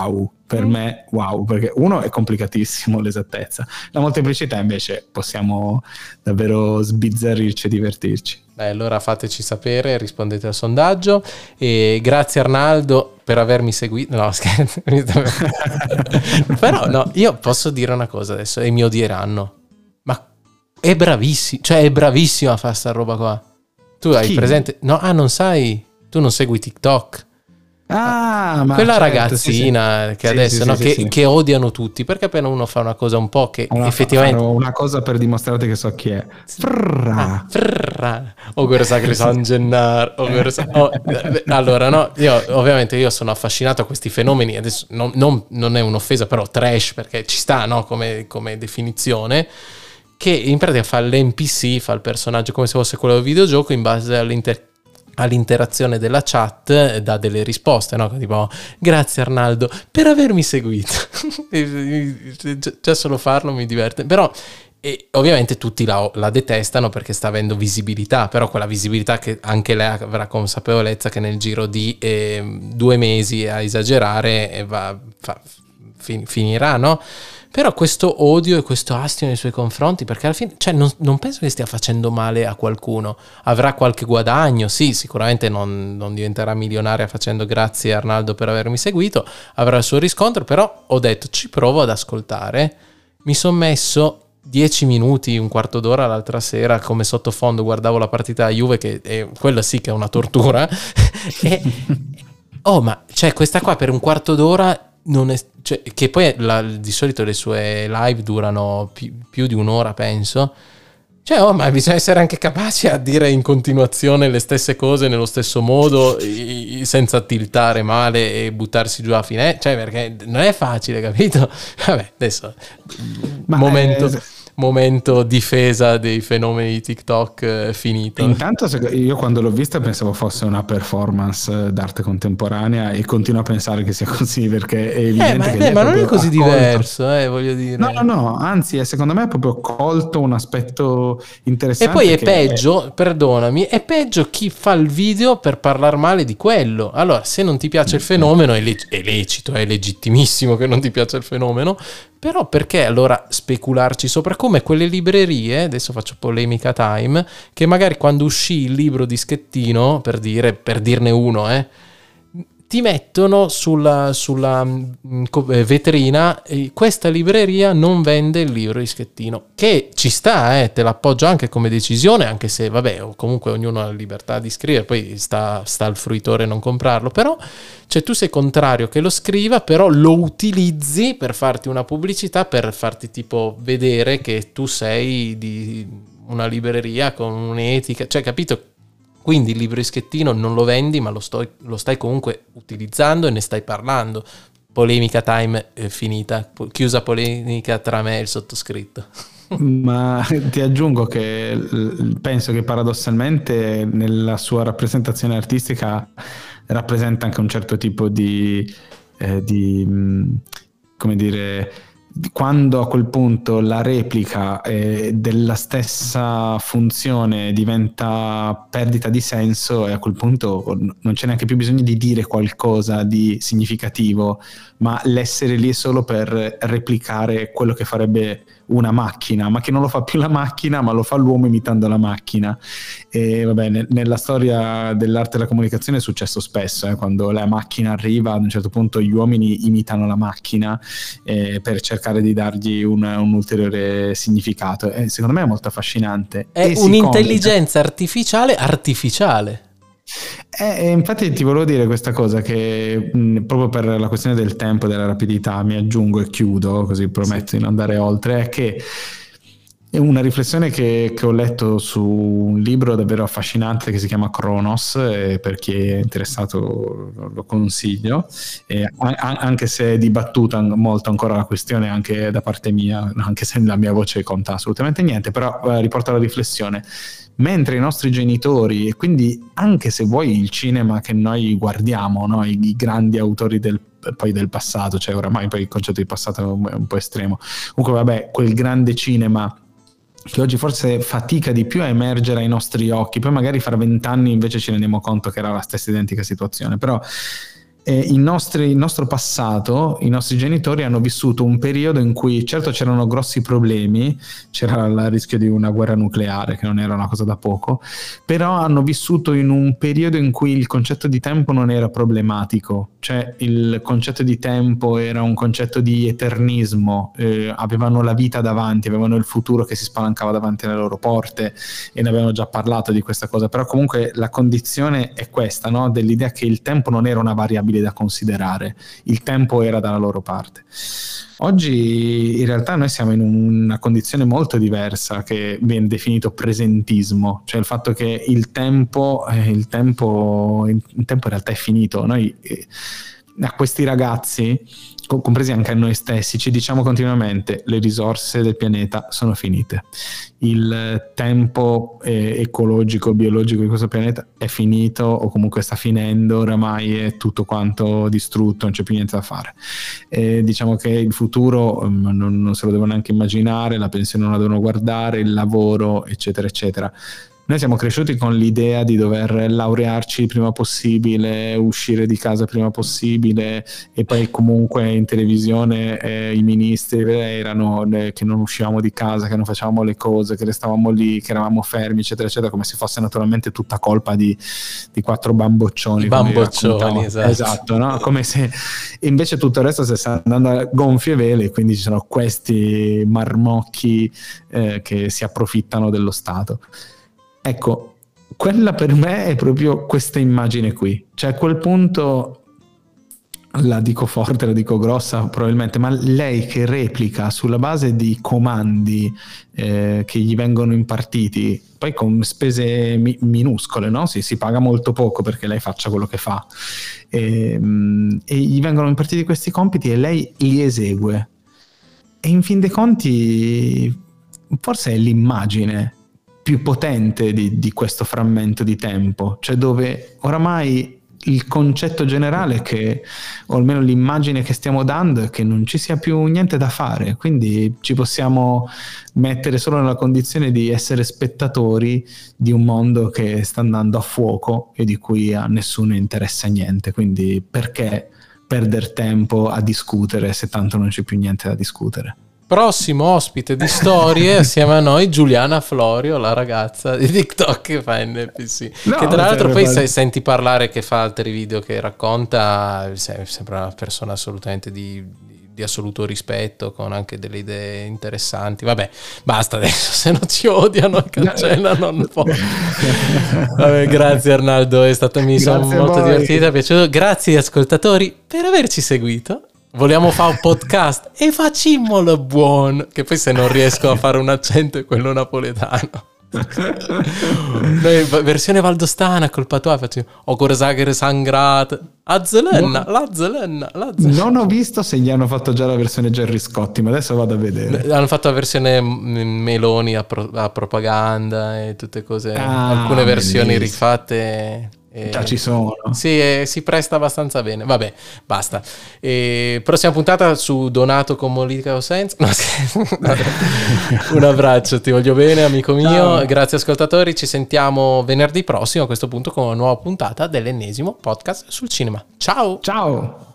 per me wow, perché uno è complicatissimo l'esattezza, la molteplicità invece possiamo davvero sbizzarrirci e divertirci. Allora fateci sapere, rispondete al sondaggio e grazie Arnaldo per avermi seguito. No, scherzo. Però no, io posso dire una cosa adesso e mi odieranno, ma è bravissimo, cioè è bravissimo a fare sta roba qua. Tu hai presente? No, non sai, tu non segui TikTok. Ma quella certo, ragazzina che adesso che odiano tutti, perché appena uno fa una cosa un po' che effettivamente farò una cosa per dimostrarti che so chi è. Frrra. O Sacri San Gennaro allora no, io sono affascinato a questi fenomeni adesso, non è un'offesa, però trash, perché ci sta, no, come definizione, che in pratica fa l'NPC, fa il personaggio come se fosse quello del videogioco, in base all'interazione della chat dà delle risposte, no? Tipo grazie Arnaldo per avermi seguito. Già solo farlo mi diverte, però ovviamente tutti la detestano perché sta avendo visibilità, però quella visibilità che anche lei avrà consapevolezza che nel giro di 2 mesi a esagerare finirà, no? Però questo odio e questo astio nei suoi confronti, perché alla fine, cioè, non penso che stia facendo male a qualcuno. Avrà qualche guadagno, sì, sicuramente non diventerà milionaria facendo grazie Arnaldo per avermi seguito, avrà il suo riscontro, però ho detto ci provo ad ascoltare. Mi sono messo 10 minuti, un quarto d'ora l'altra sera come sottofondo, guardavo la partita a Juve, che quella sì che è una tortura. Ma cioè questa qua per un quarto d'ora non è, cioè, che poi di solito le sue live durano più di un'ora, penso. Cioè, ma bisogna essere anche capaci a dire in continuazione le stesse cose nello stesso modo, senza tiltare male e buttarsi giù a fine. Cioè, perché non è facile, capito? Vabbè, adesso momento difesa dei fenomeni di TikTok finito. Intanto io quando l'ho vista pensavo fosse una performance d'arte contemporanea e continuo a pensare che sia così, perché è evidente ma non è così diverso, voglio dire. No, anzi secondo me è proprio colto un aspetto interessante. E poi è peggio, perdonami, è peggio chi fa il video per parlare male di quello. Allora, se non ti piace il fenomeno è lecito, è legittimissimo che non ti piace il fenomeno, però perché allora specularci sopra, come quelle librerie, adesso faccio polemica time, che magari quando uscì il libro di Schettino, per dirne uno, ti mettono sulla vetrina questa libreria non vende il libro di Schettino, che ci sta, te l'appoggio anche come decisione, anche se vabbè, comunque ognuno ha la libertà di scrivere, poi sta al fruitore non comprarlo, però cioè tu sei contrario che lo scriva, però lo utilizzi per farti una pubblicità, per farti tipo vedere che tu sei di una libreria con un'etica, cioè capito? Quindi il libro di Schettino non lo vendi, ma lo stai comunque utilizzando e ne stai parlando. Polemica time finita, chiusa polemica tra me e il sottoscritto. Ma ti aggiungo che penso che paradossalmente nella sua rappresentazione artistica rappresenta anche un certo tipo di come dire, quando a quel punto la replica della stessa funzione diventa perdita di senso, e a quel punto non c'è neanche più bisogno di dire qualcosa di significativo, ma l'essere lì solo per replicare quello che farebbe una macchina, ma che non lo fa più la macchina, ma lo fa l'uomo imitando la macchina. E vabbè, nella storia dell'arte della comunicazione è successo spesso, quando la macchina arriva, ad un certo punto gli uomini imitano la macchina per cercare di dargli un ulteriore significato. Secondo me è molto affascinante. È un'intelligenza artificiale. Infatti ti volevo dire questa cosa, che proprio per la questione del tempo e della rapidità mi aggiungo e chiudo, così prometto di non andare oltre, è che è una riflessione che ho letto su un libro davvero affascinante che si chiama Cronos, per chi è interessato lo consiglio, anche se è dibattuta molto ancora la questione anche da parte mia, anche se la mia voce conta assolutamente niente, però riporta la riflessione. Mentre i nostri genitori, e quindi anche se vuoi il cinema che noi guardiamo, no? I grandi autori del passato, cioè oramai poi il concetto di passato è un po' estremo, comunque vabbè, quel grande cinema che oggi forse fatica di più a emergere ai nostri occhi, poi magari fra 20 anni invece ci rendiamo conto che era la stessa identica situazione, però il nostro passato, i nostri genitori hanno vissuto un periodo in cui certo c'erano grossi problemi, c'era il rischio di una guerra nucleare che non era una cosa da poco, però hanno vissuto in un periodo in cui il concetto di tempo non era problematico, cioè il concetto di tempo era un concetto di eternismo, avevano la vita davanti, avevano il futuro che si spalancava davanti alle loro porte, e ne avevamo già parlato di questa cosa, però comunque la condizione è questa, no? Dell'idea che il tempo non era una variabile da considerare, il tempo era dalla loro parte. Oggi in realtà noi siamo in una condizione molto diversa, che viene definito presentismo, cioè il fatto che il tempo in realtà è finito. Noi a questi ragazzi, compresi anche a noi stessi, ci diciamo continuamente: le risorse del pianeta sono finite, il tempo ecologico, biologico di questo pianeta è finito, o comunque sta finendo, oramai è tutto quanto distrutto, non c'è più niente da fare. Diciamo che il futuro non se lo devono neanche immaginare, la pensione non la devono guardare, il lavoro, eccetera eccetera. Noi siamo cresciuti con l'idea di dover laurearci il prima possibile, uscire di casa il prima possibile, e poi comunque in televisione i ministri erano che non uscivamo di casa, che non facevamo le cose, che restavamo lì, che eravamo fermi, eccetera eccetera, come se fosse naturalmente tutta colpa di 4 bamboccioni. Esatto, no? Come se invece tutto il resto si sta andando a gonfie vele, quindi ci sono questi marmocchi che si approfittano dello Stato. Ecco, quella per me è proprio questa immagine qui, cioè a quel punto, la dico forte, la dico grossa probabilmente, ma lei che replica sulla base di comandi che gli vengono impartiti, poi con spese minuscole, no? Si paga molto poco perché lei faccia quello che fa, e gli vengono impartiti questi compiti e lei li esegue, e in fin dei conti forse è l'immagine più potente di questo frammento di tempo, cioè dove oramai il concetto generale è che, o almeno l'immagine che stiamo dando, è che non ci sia più niente da fare, quindi ci possiamo mettere solo nella condizione di essere spettatori di un mondo che sta andando a fuoco e di cui a nessuno interessa niente, quindi perché perdere tempo a discutere se tanto non c'è più niente da discutere? Prossimo ospite di storie assieme a noi, Giuliana Florio, la ragazza di TikTok che fa NPC. No, che tra l'altro poi senti parlare che fa altri video, che racconta, sembra una persona assolutamente di assoluto rispetto, con anche delle idee interessanti. Vabbè, basta adesso, se non ci odiano e cancellano un po'. Vabbè, grazie Arnaldo, mi sono molto divertito, è piaciuto. Grazie ascoltatori per averci seguito. Vogliamo fare un podcast e facciamolo buono, che poi se non riesco a fare un accento è quello napoletano. Noi versione valdostana, colpa tua, facciamo o corsaghere sangrate la zelenna. Non ho visto se gli hanno fatto già la versione Gerry Scotti, ma adesso vado a vedere. Hanno fatto la versione Meloni a propaganda e tutte cose, alcune versioni rifatte. Già ci sono. Sì, si presta abbastanza bene. Vabbè, basta. Prossima puntata su Donato con Mollica o senza. No, un abbraccio, ti voglio bene, amico mio. Ciao. Grazie ascoltatori, ci sentiamo venerdì prossimo a questo punto con una nuova puntata dell'ennesimo podcast sul cinema. Ciao.